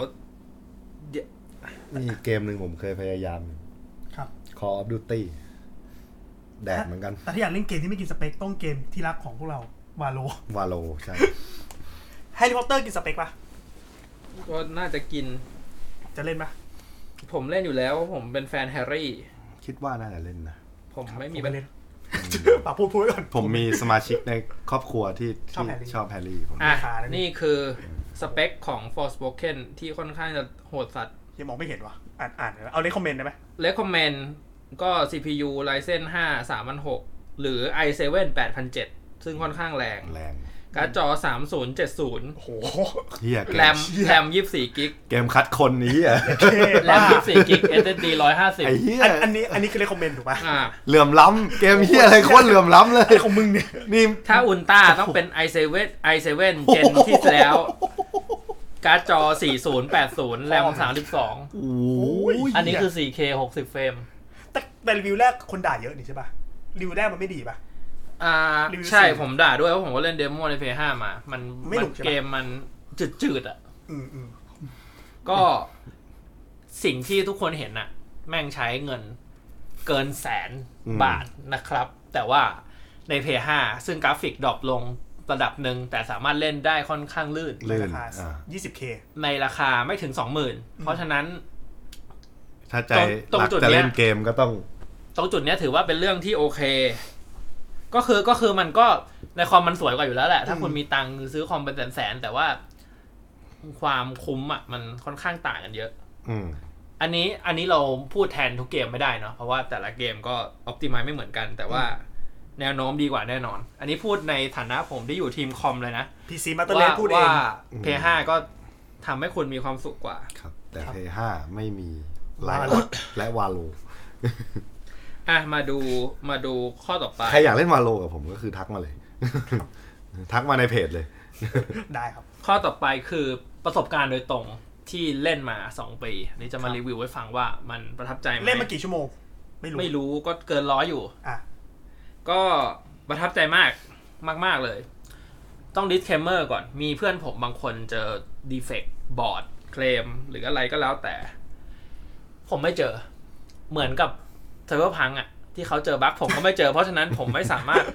มีเกมหนึ่งผมเคยพยายามครับ Call of Duty แดกเหมือนกันแต่ถ้าอยากเล่นเกมที่ไม่กินสเปคต้องเกมที่รักของพวกเราวาโลวาโลใช่แฮร์รี่พอตเตอร์กินสเปคปะก็น่าจะกินจะเล่นปะผมเล่นอยู่แล้วผมเป็นแฟนแฮร์รี่คิดว่าน่าจะเล่นนะผมไม่มีประเด็นปากพูดพูดก่อนผมมีสมาชิกในครอบครัวที่ชอบแฮร์รี่ผมอ่ะนี่คือสเปคของ Forspoken ที่ค่อนข้างจะโหดสัตว์ยังมองไม่เห็นวะอ่านอ่านเอาเลคคอมเมนต์ได้ไหมเลคคอมเมนต์ก็ ซี พี ยู Ryzen ห้า สามพันหกร้อย หรือ ไอ เซเว่น แปดพันเจ็ดร้อย ซึ่งค่อนข้างแรงแรงการ์ดจอสามพันเจ็ดสิบโอ้โหเหี้ยแรมแรมยี่สิบสี่กิกเกมคัดคนนี้อ่ะแรมยี่สิบสี่กิก เอส เอส ดี หนึ่งร้อยห้าสิบอันนี้อันนี้คือเลคคอมเมนต์ถูกป่ะอ่าเหลื่อมล้ำเกมเหี้ยอะไรโคตรเหลื่อมล้ำเลยของมึงเนี่ยนี่ถ้าอุลตร้าต้องเป็น ไอ เซเว่น ไอ เซเว่น เจนที่แล้วการ์ดจอสี่พันแปดสิบแรมสามสิบสองโอ้ยอันนี้คือ โฟร์เค หกสิบเฟรมแต่แต่รีวิวแรกคนด่าเยอะนี่ใช่ป่ะรีวิวแรกมันไม่ดีป่ะอ่าใช่ผมด่าด้วยเพราะผมก็เล่นเดโมใน พี เอส ห้า มามันเกมมันจืดๆอ่ะก็สิ่งที่ทุกคนเห็นน่ะแม่งใช้เงินเกินแสนบาทนะครับแต่ว่าใน พี เอส ห้า ซึ่งกราฟิกดรอปลงระดับหนึ่งแต่สามารถเล่นได้ค่อนข้างลื่นในราคา ยี่สิบเคในราคาไม่ถึง สองหมื่น เพราะฉะนั้นถ้าใจรักจะเล่นเกมก็ต้องตรงจุดนี้ถือว่าเป็นเรื่องที่โอเคก็คือก็คือมันก็ในคอมมันสวยกว่าอยู่แล้วแหละถ้าคุณมีตังค์ซื้อคอมเป็นแสนๆแต่ว่าความคุ้มอ่ะมันค่อนข้างต่างกันเยอะอันนี้อันนี้เราพูดแทนทุกเกมไม่ได้เนาะเพราะว่าแต่ละเกมก็ออพติไมซ์ไม่เหมือนกันแต่ว่าแนวโน้มดีกว่าแน่นอนอันนี้พูดในฐานะผมที่อยู่ทีมคอมเลยนะพี ซี Master Race พูดเองว่า พี เอส ห้า ก็ทำให้คุณมีความสุขกว่าครับแต่ พี เอส ห้า ไม่มีไลน์และวาโลอ่ะมาดูมาดูข้อต่อไปใครอยากเล่นวาโลกับผมก็คือทักมาเลยทักมาในเพจเลยได้ครับข้อต่อไปคือประสบการณ์โดยตรงที่เล่นมาสองปีนี่จะมารีวิวให้ฟังว่ามันประทับใจไหมเล่นมากี่ชั่วโมงไม่รู้ไม่รู้ก็เกินร้อยอยู่อ่ะก็ประทับใจมากมากๆเลยต้องดิสเคลมเมอร์ก่อนมีเพื่อนผมบางคนเจอดีเฟกต์บอร์ดเคลมหรืออะไรก็แล้วแต่ผมไม่เจอเหมือนกับเซิร์ฟเวอร์พังอ่ะที่เขาเจอบั๊กผมก็ไม่เจอเพราะฉะนั้นผมไม่สามารถ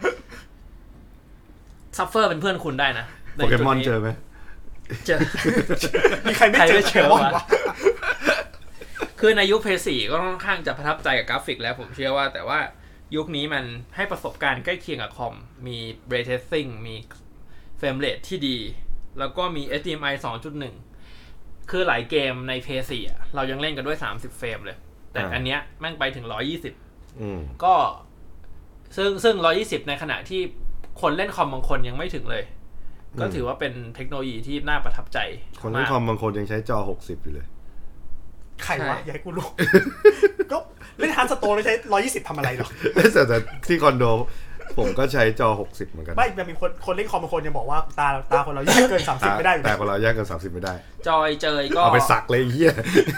ซัฟเฟอร์เป็นเพื่อนคุณได้นะโปเกมอนเจอไหมเจอมีใครไม่เจอเจอวะคือในยุค พี เอส โฟร์ ก็ค่อนข้างจะประทับใจกับกราฟิกแล้วผมเชื่อว่าแต่ว่ายุคนี้มันให้ประสบการณ์ใกล้เคียงกับคอมมี Ray Tracing มีเฟรมเรทที่ดีแล้วก็มี เอช ดี เอ็ม ไอ สองจุดหนึ่ง คือหลายเกมใน พี เอส โฟร์ อ่ะเรายังเล่นกันด้วยสามสิบเฟรมเลยแต่อันเนี้ยแม่งไปถึงหนึ่งร้อยยี่สิบก็ซึ่งซึ่งหนึ่งร้อยยี่สิบในขณะที่คนเล่นคอมบางคนยังไม่ถึงเลยก็ถือว่าเป็นเทคโนโลยีที่น่าประทับใจคนเล่นคอมบางคนยังใช้จอหกสิบอยู่เลยใครวะอย่าให้กูรู้ก็เล่นฮาร์ดสโตร์แล้วใช้หนึ่งร้อยยี่สิบทำอะไรหรอแต่แต่ที่คอนโดผมก็ใช้จอหกสิบเหมือนกันไม่ยังมีคนคนเล่นคอมบางคนยังบอกว่าตาตาคนเราแยกเกินสามสิบไม่ได้แต่คนเราแยกเกินสามสิบไม่ได้จอยเจยก็เอาไปสักเลยเหี้ย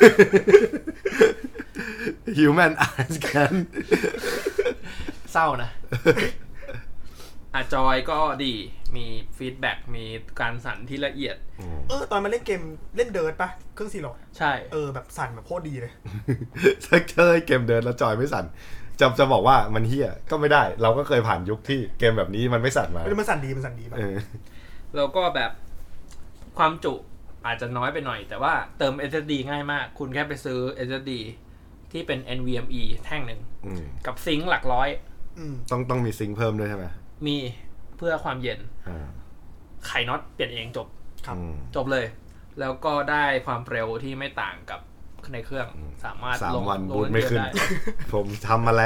Human Eye Scan เศร้านะอ่ะจอยก็ดีมีฟีดแบ็กมีการสั่นที่ละเอียดเออตอนมาเล่นเกมเล่นเดิร์ทปะเครื่องซีโร่ใช่เออแบบสั่นแบบโคตรดีเลยถ้าเคยเกมเดิร์ทแล้วจอยไม่สั่นจะจะบอกว่ามันเหี้ยก็ไม่ได้เราก็เคยผ่านยุคที่เกมแบบนี้มันไม่สั่นมามันสั่นดีมันสั่นดีแบบแล้วก็แบบความจุอาจจะน้อยไปหน่อยแต่ว่าเติม เอส เอส ดี ง่ายมากคุณแค่ไปซื้อ เอส เอส ดี ที่เป็น เอ็น วี เอ็ม อี แท่งหนึ่งกับซิงค์หลักร้อยต้องต้องมีซิงค์เพิ่มด้วยใช่ไหมมีเพื่อความเย็นไขน็อตเปลี่ยนเองจบจบเลยแล้วก็ได้ความเร็วที่ไม่ต่างกับในเครื่องสามารถสามลงวันลบูงตเล่นไม่เกขึ้มนได้ผมทำมาแล้ว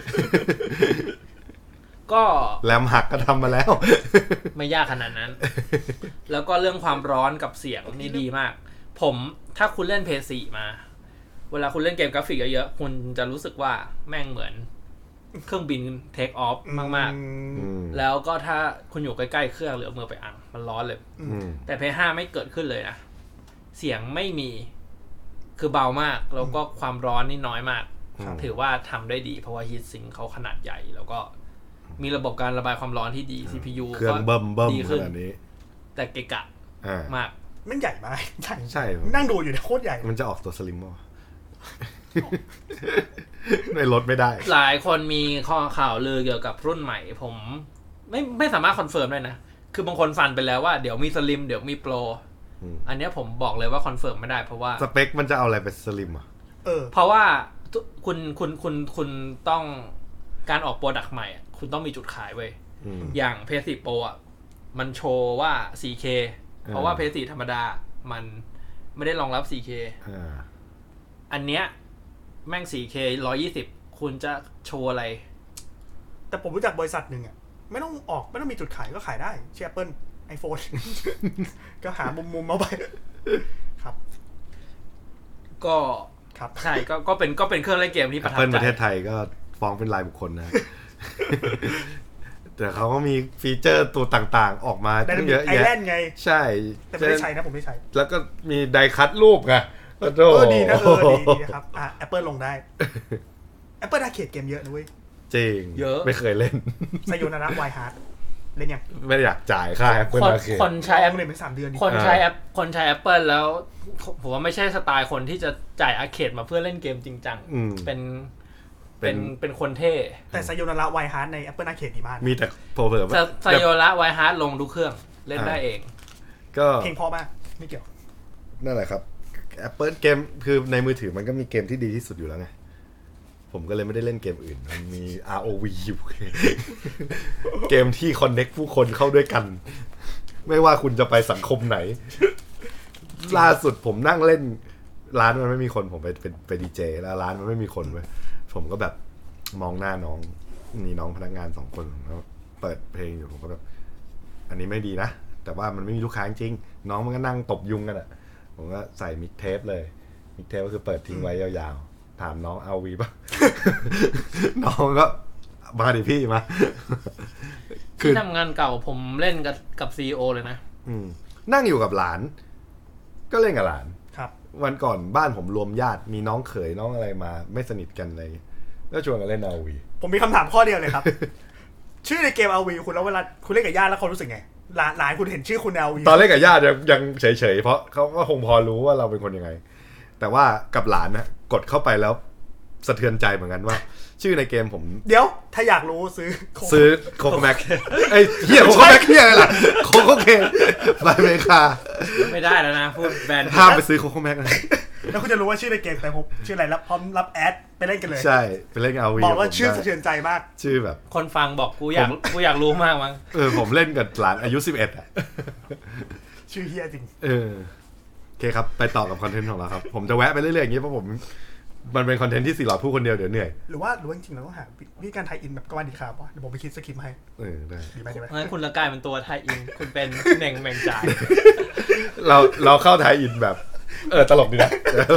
ก็แรมหักก็ทำมาแล้วไม่ยากขนาดนั้น แล้วก็เรื่องความร้อนกับเสียงนี่ดีมาก ผมถ้าคุณเล่น พี เอส โฟร์ มา เวลาคุณเล่นเกมกราฟิกเยอะๆคุณจะรู้สึกว่าแม่งเหมือนเครื่องบินเทคออฟมากๆแล้วก็ถ้าคุณอยู่ใกล้ๆเครื่องหรือเอามือไปอังมันร้อนเลยแต่ พี เอส โฟร์ ไม่เกิดขึ้นเลยนะเสียงไม่มีคือเบามากแล้วก็ความร้อนนี่น้อยมากถือว่าทำได้ดีเพราะว่าฮีทซิงค์เขาขนาดใหญ่แล้วก็มีระบบการระบายความร้อนที่ดี ซี พี ยูเครื่องเบิ่มเบิ่มดีขึ้นขนาดนี้แต่เกะกะมากมันใหญ่มากใช่ใช่นั่งดูอยู่เนี่ยโคตรใหญ่มันจะออกตัวสลิมมั้งไม่ลดไม่ได้หลายคนมีข้อข่าวลือเกี่ยวกับรุ่นใหม่ผมไม่ไม่สามารถคอนเฟิร์มได้นะคือบางคนฟันไปแล้วว่าเดี๋ยวมีสลิมเดี๋ยวมีโปรอันนี้ผมบอกเลยว่าคอนเฟิร์มไม่ได้เพราะว่าสเปคมันจะเอาอะไรเป็นสลิมอ่ะเออเพราะว่าคุณคุณคุณคุณต้องการออกโปรดักต์ใหม่คุณต้องมีจุดขายเว้ยอย่าง พี เอส โฟร์ Pro อ่ะมันโชว์ว่า โฟร์เค เพราะว่า พี เอส โฟร์ ธรรมดามันไม่ได้รองรับ โฟร์เค อันเนี้ยแม่ง โฟร์เค หนึ่งร้อยยี่สิบคุณจะโชว์อะไรแต่ผมรู้จักบริษัทหนึ่งอ่ะไม่ต้องออกไม่ต้องมีจุดขายก็ขายได้เช่น Apple iPhone ก็หามุมๆเอาไปครับก็ครับใช่ก็ก็เป็นก็เป็นเครื่องเล่นเกมที่ประทับใจ Apple ประเทศไทยก็ฟ้องเป็นรายบุคคลนะ แต่เขาก็มีฟีเจอร์ตัวต่างๆออกมาเยอะแยะไอแลนด์ไงใช่แต่ไม่ได้ใช้นะผมไม่ใช้แล้วก็มีไดคัตรูปไงเออดีนะเออดีดีครับอ่ะ Apple ลงได้ Apple ได้เขตเกมเยอะนะเว้ยจริงเยอะไม่เคยเล่นไซโยนาระไวฮาร์ดเล่นยังไม่อยากจ่ายค่า Apple คนคนใช้แอปเลยเป็นสามเดือนคนใช้แอปคนใช้ Apple แล้วผมว่าไม่ใช่สไตล์คนที่จะจ่ายอาร์เคดมาเพื่อเล่นเกมจริงจังเป็นเป็นเป็นคนเท่แต่ไซโยนาระไวฮาร์ดใน Apple Arcade ดีมากมีแต่โปรเวอร์ไซโยนาระไวฮาร์ดลงทุกเครื่องเล่นได้เองก็เพลงพอมากไม่เกี่ยวนั่นแหละครับ Apple เกมคือในมือถือมันก็มีเกมที่ดีที่สุดอยู่แล้วไงผมก็เลยไม่ได้เล่นเกมอื่นมันมี อาร์ โอ วี อยู่ เกมที่คอนเนคผู้คนเข้าด้วยกันไม่ว่าคุณจะไปสังคมไหนล่าสุดผมนั่งเล่นร้านมันไม่มีคนผมไปเป็นไปดีเจแล้วร้านมันไม่มีคนเว้ยผมก็แบบมองหน้าน้องมีน้องพนักงานสองคนแล้วเปิดเพลงอยู่ผมก็แบบอันนี้ไม่ดีนะแต่ว่ามันไม่มีลูกค้าจริงน้องมันก็นั่งตบยุงกันอ่ะผมก็ใส่มิกเทปเลยมิกเทปก็คือเปิดทิ้งไว้ยาวๆถามน้องเอาวีป่ะ น้องก็มาดิพี่มาที่ทำงานเก่าผมเล่นกับกับ ซี อี โอ เลยนะนั่งอยู่กับหลานก็เล่นกับหลานครับวันก่อนบ้านผมรวมญาติมีน้องเขยน้องอะไรมาไม่สนิทกันเลยแล้วชวนกันเล่น อาร์ โอ วีผมมีคำถามข้อเดียวเลยครับ ชื่อในเกม อาร์ โอ วี คุณแล้วเวลาคุณเล่นกับญาติแล้วเขารู้สึกไงหลานหลานคุณเห็นชื่อคุณ อาร์ โอ วีตอนเล่นกับญาติยังเฉยๆเพราะเขาก็คงพอรู้ว่าเราเป็นคนยังไงแต่ว่ากับหลานน่ะกดเข้าไปแล้วสะเทือนใจเหมือนกันว่าชื่อในเกมผมเดี๋ยวถ้าอยากรู้ซื้อซื้อโคโค่แม็กไอ้เหี้ยโคโค่แม็กเหี้ยอะไรล่ะโคโค่เคนไปอเมริกาไม่ได้แล้วนะพูดแบรนด์ห้ามไปซื้อโคโค่แม็กนะแล้วคุณจะรู้ว่าชื่อในเกมแต่ผมชื่ออะไรรับพร้อมรับแอดไปเล่นกันเลยใช่ไปเล่น อาร์ โอ วีบอกว่าชื่อสะเทือนใจมากชื่อแบบคนฟังบอกกูอยากกูอยากรู้มากมั้งเออผมเล่นกับหลานอายุสิบเอ็ดอ่ะชื่อเฮียจริงเออโอเคครับไปต่อกับคอนเทนต์ของเราครับผมจะแวะไปเรื่อยๆอย่างนี้เพราะผมมันเป็นคอนเทนต์ที่สี่หลอดพูดคนเดียวเดี๋ยวเหนื่อยหรือว่าหรือว่าจริงๆเราต้องหาวิธีการไทยอินแบบกวนดีครับเดี๋ยวผมไปคิดสคริปต์ให้เออได้ดีไหมดีไหมงั้นคุณละกายเป็นตัวไทยอินคุณเป็นเหน่งแมงจ่ายเราเราเข้าไทยอินแบบเออตลกดีนะ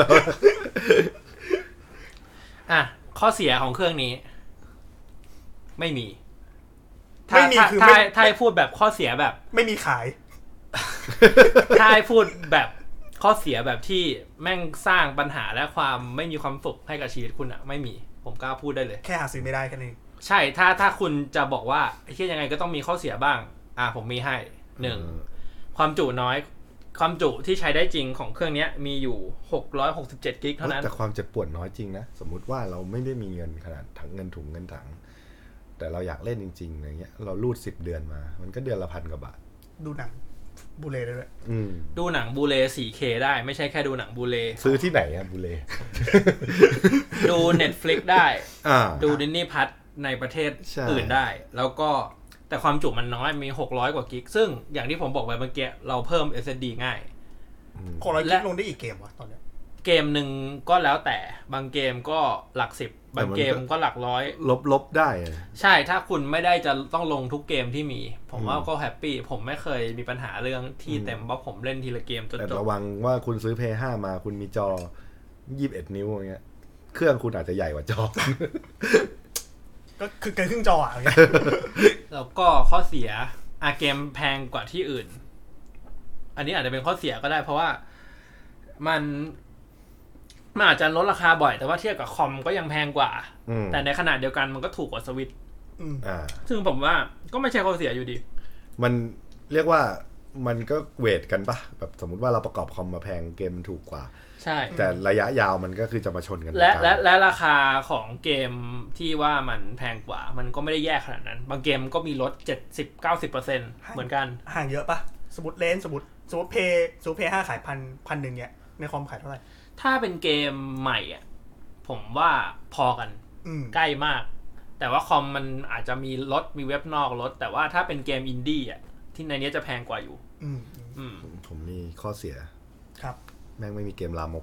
อ่ะข้อเสียของเครื่องนี้ไม่มีไม่มีคือไม่ถ้าให้พูดแบบข้อเสียแบบไม่มีขายถ้าให้พูดแบบข้อเสียแบบที่แม่งสร้างปัญหาและความไม่มีความสุขให้กับชีวิตคุณอ่ะไม่มีผมกล้าพูดได้เลยแค่หาซื้อไม่ได้แค่นี้ใช่ถ้าถ้าคุณจะบอกว่าไอ้เหี้ยยังไงก็ต้องมีข้อเสียบ้างอ่ะผมมีให้หนึ่งความจุน้อยความจุที่ใช้ได้จริงของเครื่องนี้มีอยู่หกร้อยหกสิบเจ็ดกิกเท่านั้นแต่ความเจ็บปวดน้อยจริงนะสมมุติว่าเราไม่ได้มีเงินขนาดถังเงินถุงเงินถังแต่เราอยากเล่นจริงๆอย่างเงี้ยเรารูดสิบเดือนมามันก็เดือนละพันกว่าบาทดูหนังบูเลได้ด้วยดูหนังบูเล โฟร์เค ได้ไม่ใช่แค่ดูหนังบูเลซื้อที่ไหนอะบูเลดู Netflix ได้ดู Disney Plus ในประเทศอื่นได้แล้วก็แต่ความจุมันน้อยมีหกร้อยกว่ากิกซึ่งอย่างที่ผมบอกไปเมื่อกี้เราเพิ่ม เอส เอส ดี ง่ายหกร้อยกิกลงได้อีกเกมวะตอนนี้เกมหนึ่งก็แล้วแต่บางเกมก็หลักสิบบางเกมก็หลักร้อยลบลบได้ใช่ถ้าคุณไม่ได้จะต้องลงทุกเกมที่มีผมว่าก็แฮปปี้ผมไม่เคยมีปัญหาเรื่องที่เต็มเพราะผมเล่นทีละเกมจนจบแต่ระวังว่าคุณซื้อ พี เอส ห้า มาคุณมีจอยี่สิบเอ็ดนิ้วอย่างเงี้ยเครื่องคุณอาจจะใหญ่กว่าจอก็คือเกินครึ่งจออ่ะแล้วก็ข้อเสียอ่ะเกมแพงกว่าที่อื่นอันนี้อาจจะเป็นข้อเสียก็ได้เพราะว่ามันมันอาจจะลดราคาบ่อยแต่ว่าเทียบกับคอมก็ยังแพงกว่าแต่ในขณะเดียวกันมันก็ถูกกว่าสวิตช์ซึ่งผมว่าก็ไม่ใช่ข้อเสียอยู่ดีมันเรียกว่ามันก็เวทกันปะแบบสมมติว่าเราประกอบคอมมาแพงเกมมันถูกกว่าใช่แต่ระยะยาวมันก็คือจะมาชนกันและและและราคาของเกมที่ว่ามันแพงกว่ามันก็ไม่ได้แย่ขนาดนั้นบางเกมก็มีลด เจ็ดสิบถึงเก้าสิบเปอร์เซ็นต์ เหมือนกันห่างเยอะปะสมมุติเลนสมมุติสมมุติเพย์สมมุติเพย์ห้าขายพันพันหนึ่งเนี่ยในคอมขายเท่าไหร่ถ้าเป็นเกมใหม่อ่ะผมว่าพอกันใกล้มากแต่ว่าคอมมันอาจจะมีลดมีเว็บนอกลดแต่ว่าถ้าเป็นเกมอินดี้อ่ะที่ในนี้จะแพงกว่าอยู่อืมอืมผมมีข้อเสียครับแม่งไม่มีเกมลามก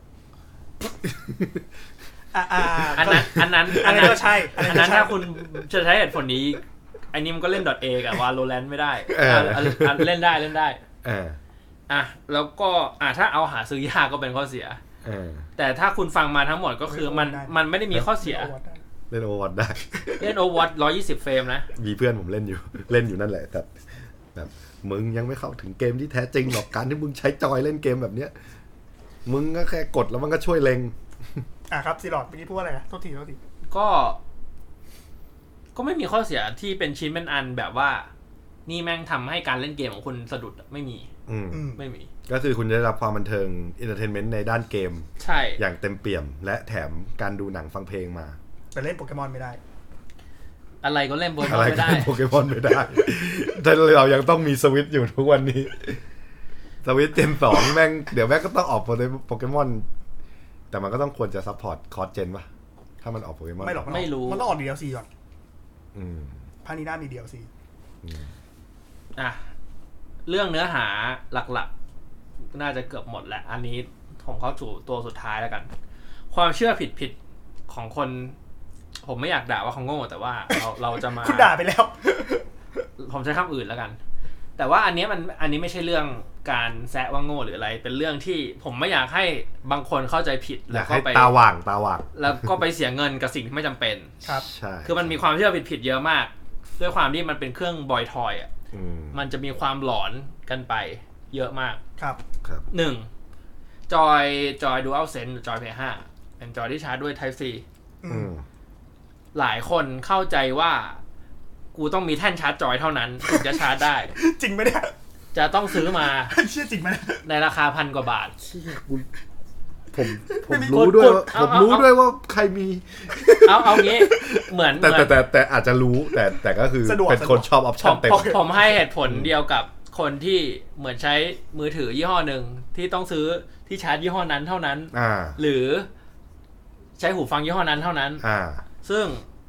อันนั้นอันนั้นอันนั้นก็ใช่อันนั้นถ้าคุณจะใช้เหตุผลนี้ไอ้นี่มันก็เล่น .a กับ Valorant ไม่ได้เล่นได้เล่นได้อ่ะแล้วก็อ่ะถ้าเอาหาซื้อยากก็เป็นข้อเสียแต่ถ้าคุณฟังมาทั้งหมดก็คือมันมันไม่ได้มีข้อเสียเล่น Overwatch ได้เล่น Overwatch หนึ่งร้อยยี่สิบเฟรมนะมีเพื่อนผมเล่นอยู่เล่นอยู่นั่นแหละแต่แบบมึงยังไม่เข้าถึงเกมที่แท้จริงหรอกการที่มึงใช้จอยเล่นเกมแบบเนี้ยมึงก็แค่กดแล้วมันก็ช่วยเล็งอ่ะครับซีลอดเมื่อกี้พูดอะไรนะโทษทีโทษทีก็ก็ไม่มีข้อเสียที่เป็นชิ้นเป็นอันแบบว่านี่แม่งทำให้การเล่นเกมของคุณสะดุดไม่มีไม่มีก็คือคุณจะได้รับความบันเทิงเอนเตอร์เทนเมนต์ในด้านเกมใช่อย่างเต็มเปี่ยมและแถมการดูหนังฟังเพลงมาแต่เล่นโปเกมอนไม่ได้อะไรก็เล่นโปเกมอนไม่ได้โปเกมอนไม่ได้แต่เรายังต้องมีสวิตช์อยู่ทุกวันนี้สวิตช์เจนสองแม่งเดี๋ยวแม่งก็ต้องออกโปเกมอนแต่มันก็ต้องควรจะซัพพอร์ตคอร์สเจนป่ะถ้ามันออกโปเกมอนไม่หรอกไม่รู้มันต้องออก ดี แอล ซี ก่อนอืมภาคนี้น่ามี ดี แอล ซีอืมอ่ะเรื่องเนื้อหาหลักๆน่าจะเกือบหมดแหละอันนี้ผมเข้าสู่ตัวสุดท้ายแล้วกันความเชื่อผิดๆของคนผมไม่อยากด่าว่าเขาโง่แต่ว่าเราเราจะมาคุณด่าไปแล้วผมใช้คำอื่นแล้วกันแต่ว่าอันนี้มันอันนี้ไม่ใช่เรื่องการแซะว่าโง่หรืออะไรเป็นเรื่องที่ผมไม่อยากให้บางคนเข้าใจผิดแล้วก็ไปตาหว่างตาหว่างแล้วก็ไปเสียเงินกับสิ่งที่ไม่จำเป็นครับใช่คือมันมีความเชื่อผิดๆเยอะมากด้วยความที่มันเป็นเครื่องบอยทอยอ่ะมันจะมีความหลอนกันไปเยอะมากครับครับหนึ่งจอยจอย DualSense จอย พี เอส ห้าเป็นจอยที่ชาร์จด้วย Type C หลายคนเข้าใจว่ากูต้องมีแท่นชาร์จจอยเท่านั้นถึงจะชาร์จได้จริงไหมเนี่ยจะต้องซื้อมาเชื่อจริงไหมในราคาพันกว่าบาทผมผมรู้ด้วยผมรู้ด้วยว่าใครมีเอาเอางี้เหมือนแต่แต่แต่แต่อาจจะรู้แต่แต่ก็คือเป็นคนชอบออปชั่นเต็มผมให้เหตุผลเดียวกับคนที่เหมือนใช้มือถือยี่ห้อหนึ่งที่ต้องซื้อที่ชาร์จยี่ห้อนั้นเท่านั้นหรือใช้หูฟังยี่ห้อนั้นเท่านั้นซึ่ง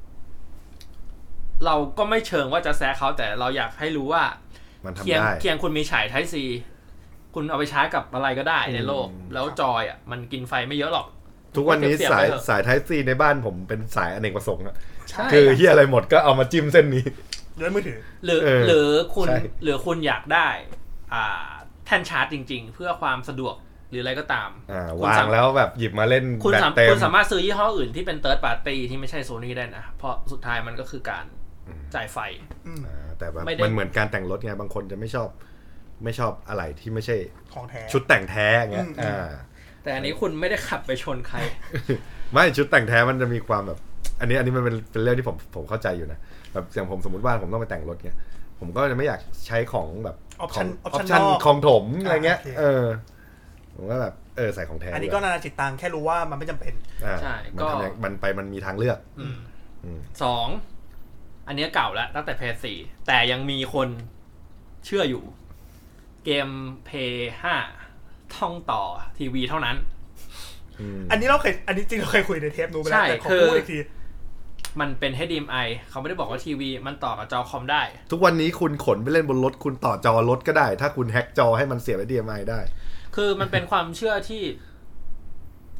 เราก็ไม่เชิงว่าจะแซะเขาแต่เราอยากให้รู้ว่าเคียงเคียงคุณมีฉาย Type C คุณเอาไปชาร์จกับอะไรก็ได้ในโลกแล้วจอยอ่ะมันกินไฟไม่เยอะหรอกทุกวันนี้สายสาย Type C ในบ้านผมเป็นสายอเนกประสงค์อะคือเหี้ยอะไรหมดก็เอามาจิ้มเส้นนี้เลื่อนมือถือหรือหรือคุณหรือคุณอยากได้อ่าแท่นชาร์จจริงๆเพื่อความสะดวกหรืออะไรก็ตามวางแล้วแบบหยิบมาเล่นแบบเต็มคุณสามารถซื้อยี่ห้ออื่นที่เป็น Third Party ที่ไม่ใช่ Sony ได้นะเพราะสุดท้ายมันก็คือการจ่ายไฟแต่แบบมันเหมือนการแต่งรถไงบางคนจะไม่ชอบไม่ชอบอะไรที่ไม่ใช่ของแท้ชุดแต่งแท้เงี้ยแต่อันนี้คุณไม่ได้ขับไปชนใครไม่ชุดแต่งแท้มันจะมีความแบบอันนี้อันนี้มันเป็นเป็นเรื่องที่ผมผมเข้าใจอยู่นะแบบอย่างผมสมมติว่าผมต้องไปแต่งรถเงี้ยผมก็จะไม่อยากใช้ของแบบออปชั่นออปชั่นของถมอะไรเงี้ยเออผมก็แบบเออใส่ของแท้อันนี้ก็นานาจิตตังแค่รู้ว่ามันไม่จำเป็นใช่ก็มันไปมันมีทางเลือกสองอันนี้เก่าแล้วตั้งแต่ พี เอส โฟร์ แต่ยังมีคนเชื่ออยู่เกม พี เอส ไฟว์ ท่องต่อทีวีเท่านั้นอันนี้เราเคยอันนี้จริงเราเคยคุยในเทปนู้นไปแล้วแต่ขอพูดอีกทีมันเป็น เอช ดี เอ็ม ไอ เขาไม่ได้บอกว่าทีวีมันต่อกับจอคอมได้ทุกวันนี้คุณขนไปเล่นบนรถคุณต่อจอรถก็ได้ถ้าคุณแฮ็กจอให้มันเสียบ เอช ดี เอ็ม ไอ ได้คือมันเป็นความเชื่อที่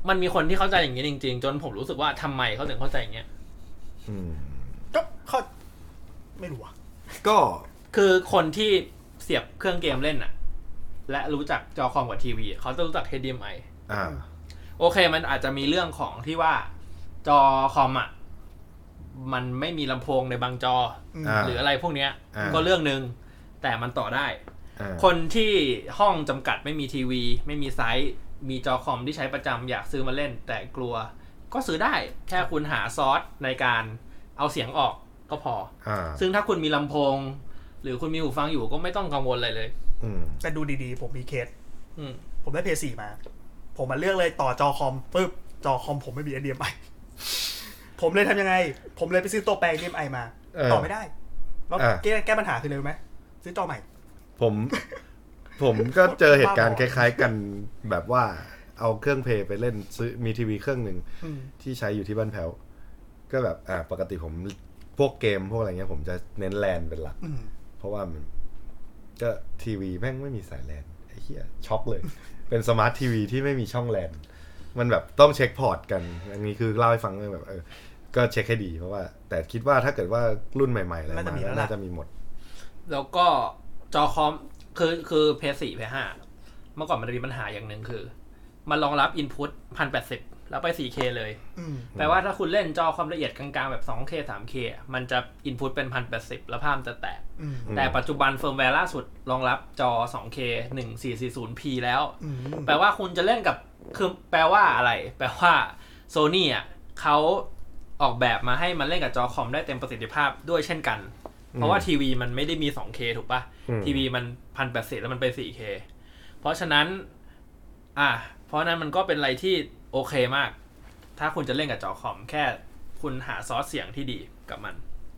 มันมีคนที่เข้าใจอย่างนี้จริงๆจนผมรู้สึกว่าทำไมเขาถึงเข้าใจอย่างเงี้ยก็เขาไม่รู้อ่ะก็คือคนที่เสียบเครื่องเกมเล่นอ่ะและรู้จักจอคอมกับทีวีเขาจะรู้จัก เอช ดี เอ็ม ไอ อ่าโอเคมันอาจจะมีเรื่องของที่ว่าจอคอมอ่ะมันไม่มีลำโพงในบางจอหรืออะไรพวกเนี้ยก็เรื่องนึงแต่มันต่อได้คนที่ห้องจำกัดไม่มีทีวีไม่มีไซส์มีจอคอมที่ใช้ประจำอยากซื้อมาเล่นแต่กลัวก็ซื้อได้แค่คุณหาซอสในการเอาเสียงออกก็พอซึ่งถ้าคุณมีลำโพงหรือคุณมีหูฟังอยู่ก็ไม่ต้องกังวลอะไรเลยแต่ดูดีๆผมมีเคสผมได้ พี เอส โฟร์ มาผมมาเลือกเลยต่อจอคอมปึ๊บจอคอมผมไม่มี เอช ดี เอ็ม ไอ ผมเลยทำยังไงผมเลยไปซื้อตัวแปลง เอช ดี เอ็ม ไอ มาต่อไม่ได้แล้วแก้แก้ปัญหาคือเลยไหมซื้อจอใหม่ผมผมก็เจอเหตุการณ์คล้ายๆกันแบบว่าเอาเครื่องเพลย์ไปเล่นซื้อมีทีวีเครื่องหนึ่งที่ใช้อยู่ที่บ้านแพ้วก็แบบอ่าปกติผมพวกเกมพวกอะไรเงี้ยผมจะเน้นแลนเป็นหลักเพราะว่ามันก็ทีวีแม่งไม่มีสายแลนไอ้เหี้ยช็อกเลยเป็นสมาร์ททีวีที่ไม่มีช่องแลนมันแบบต้องเช็คพอร์ตกันอันนี้คือเล่าให้ฟังเลยแบบเออก็เช็คให้ดีเพราะว่าแต่คิดว่าถ้าเกิดว่ารุ่นใหม่ๆอะไรมาน่าจะมีหมดแล้วก็จอคอมคือคือ พี เอส โฟร์ พี เอส ไฟว์ เมื่อก่อนมันจะมีปัญหาอย่างนึงคือมันรองรับ input หนึ่งพันแปดสิบแล้วไป โฟร์เค เลยแปลว่าถ้าคุณเล่นจอความละเอียดกลางๆแบบ ทูเค ทรีเค มันจะ input เป็น หนึ่งพันแปดสิบแล้วภาพจะแตกแต่ปัจจุบันเฟิร์มแวร์ล่าสุดรองรับจอ ทูเค หนึ่งพันสี่ร้อยสี่สิบพี แล้วแปลว่าคุณจะเล่นกับคือแปลว่าอะไรแปลว่า Sony อ่ะเขาออกแบบมาให้มันเล่นกับจอคอมได้เต็มประสิทธิภาพด้วยเช่นกันเพราะว่าทีวีมันไม่ได้มี ทูเค ถูกป่ะทีวีมัน หนึ่งพันแปดสิบแล้วมันไป โฟร์เค เพราะฉะนั้นอ่ะเพราะนั้นมันก็เป็นอะไรที่โอเคมากถ้าคุณจะเล่นกับจอคอมแค่คุณหาซอสเสียงที่ดีกับมัน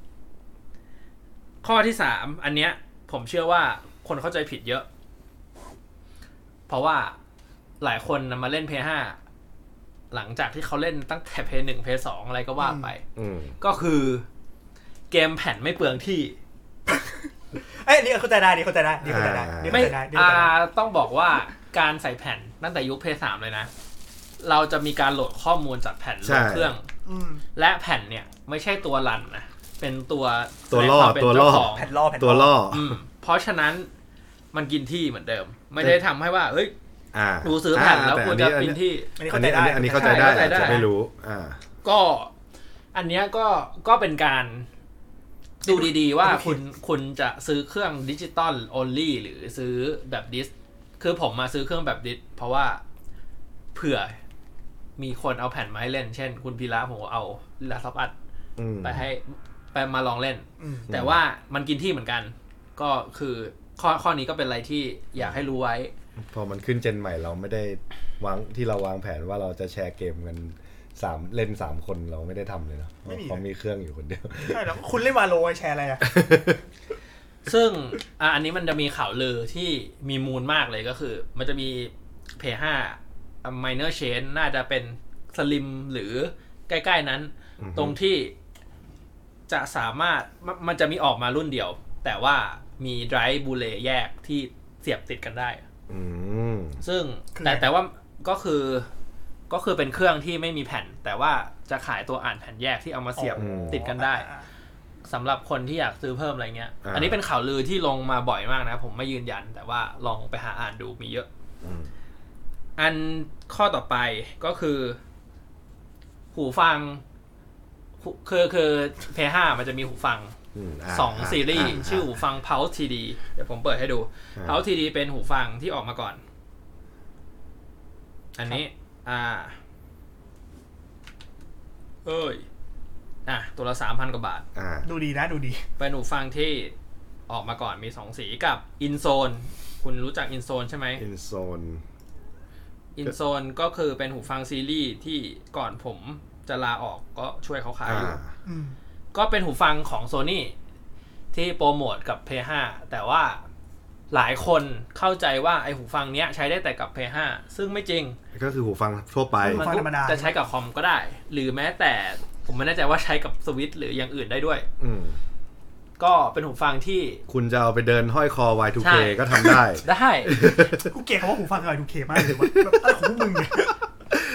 ข้อที่สามอันเนี้ยผมเชื่อว่าคนเข้าใจผิดเยอะเพราะว่าหลายคนมาเล่น พี เอส ไฟว์ หลังจากที่เขาเล่นตั้งแต่ พี เอส วัน พี เอส ทู อะไรก็ว่าไปก็คือเกมแผ่นไม่เปลืองที่เอ้ยนี่เข้าใจได้นี่เข้าใจได้นี่เข้าใจได้นี่เข้าใจได้อ่าต้องบอกว่าการใส่แผ่นตั้งแต่ยุค พี เอส ทรี เลยนะเราจะมีการโหลดข้อมูลจากแผ่นลงเครื่องและแผ่นเนี่ยไม่ใช่ตัวรันนะเป็นตัวตัวล่อตัวล่อแผ่นล่อแผ่นตัวล่อเพราะฉะนั้นมันกินที่เหมือนเดิมไม่ได้ทำให้ว่าเฮ้ยดูซื้อแผ่นแล้วควรจะกินที่อันนี้อันนี้เข้าใจได้จะไม่รู้อ่าก็อันเนี้ยก็ก็เป็นการดูดีๆว่าคุณคุณจะซื้อเครื่องดิจิตอล only หรือซื้อแบบดิสคือผมมาซื้อเครื่องแบบดิสเพราะว่าเผื่อมีคนเอาแผ่นมาให้เล่นเช่นคุณพีระผมเอาลาซับอัดไปให้ไปมาลองเล่นแต่ว่ามันกินที่เหมือนกันก็คือข้อข้อนี้ก็เป็นอะไรที่อยากให้รู้ไว้พอมันขึ้นเจนใหม่เราไม่ได้วางที่เราวางแผนว่าเราจะแชร์เกมกันสามเล่นสามคนเราไม่ได้ทำเลยเนาะเพราะมีเครื่องอยู่คนเดียวใช่แล้วคุณเล่นวาโลแชร์อะไรอ่ะซึ่งอ่ะอันนี้มันจะมีข่าวลือที่มีมูลมากเลยก็คือมันจะมี พี เอส ไฟว์ minor change น่าจะเป็นสลิมหรือใกล้ๆนั้นตรงที่จะสามารถมันจะมีออกมารุ่นเดียวแต่ว่ามี drive blu-ray แยกที่เสียบติดกันได้ซึ่งแต่แต่ว่าก็คือก็คือเป็นเครื่องที่ไม่มีแผ่นแต่ว่าจะขายตัวอ่านแผ่นแยกที่เอามาเสียบติดกันได้สำหรับคนที่อยากซื้อเพิ่มอะไรเงี้ยอันนี้เป็นข่าวลือที่ลงมาบ่อยมากนะผมไม่ยืนยันแต่ว่าลองไปหาอ่านดูมีเยอะอันข้อต่อไปก็คือหูฟังคือคือ พี เอส ไฟว์ มันจะมีหูฟังสองซีรีส์ชื่อหูฟัง Pulse ที ดี เดี๋ยวผมเปิดให้ดู Pulse ที ดี เป็นหูฟังที่ออกมาก่อนอันนี้อ่าเอ้ยอ่ะตัวละ สามพัน กว่าบาทดูดีนะดูดีเป็นหูฟังที่ออกมาก่อนมีสองสีกับ InZone คุณรู้จัก InZone ใช่ไหม InZone InZone ก็คือเป็นหูฟังซีรีส์ที่ก่อนผมจะลาออกก็ช่วยเขาขายอยู่ก็เป็นหูฟังของ Sony ที่โปรโมทกับ พี เอส ไฟว์ แต่ว่าหลายคนเข้าใจว่าไอหูฟังเนี้ยใช้ได้แต่กับ พี เอส ไฟว์ ซึ่งไม่จริงก็คือหูฟังทั่วไปมันจะใช้กับคอมก็ได้หรือแม้แต่ผมไม่แน่ใจว่าใช้กับสวิตช์หรืออย่างอื่นได้ด้วยก็เป็นหูฟังที่คุณจะเอาไปเดินห้อยคอ วาย ทู เค ก็ทำได้ได้กูเกลียดคำว่าหูฟัง วาย ทู เค มากเลยว่าอะไรของพวกมึงเนี่ย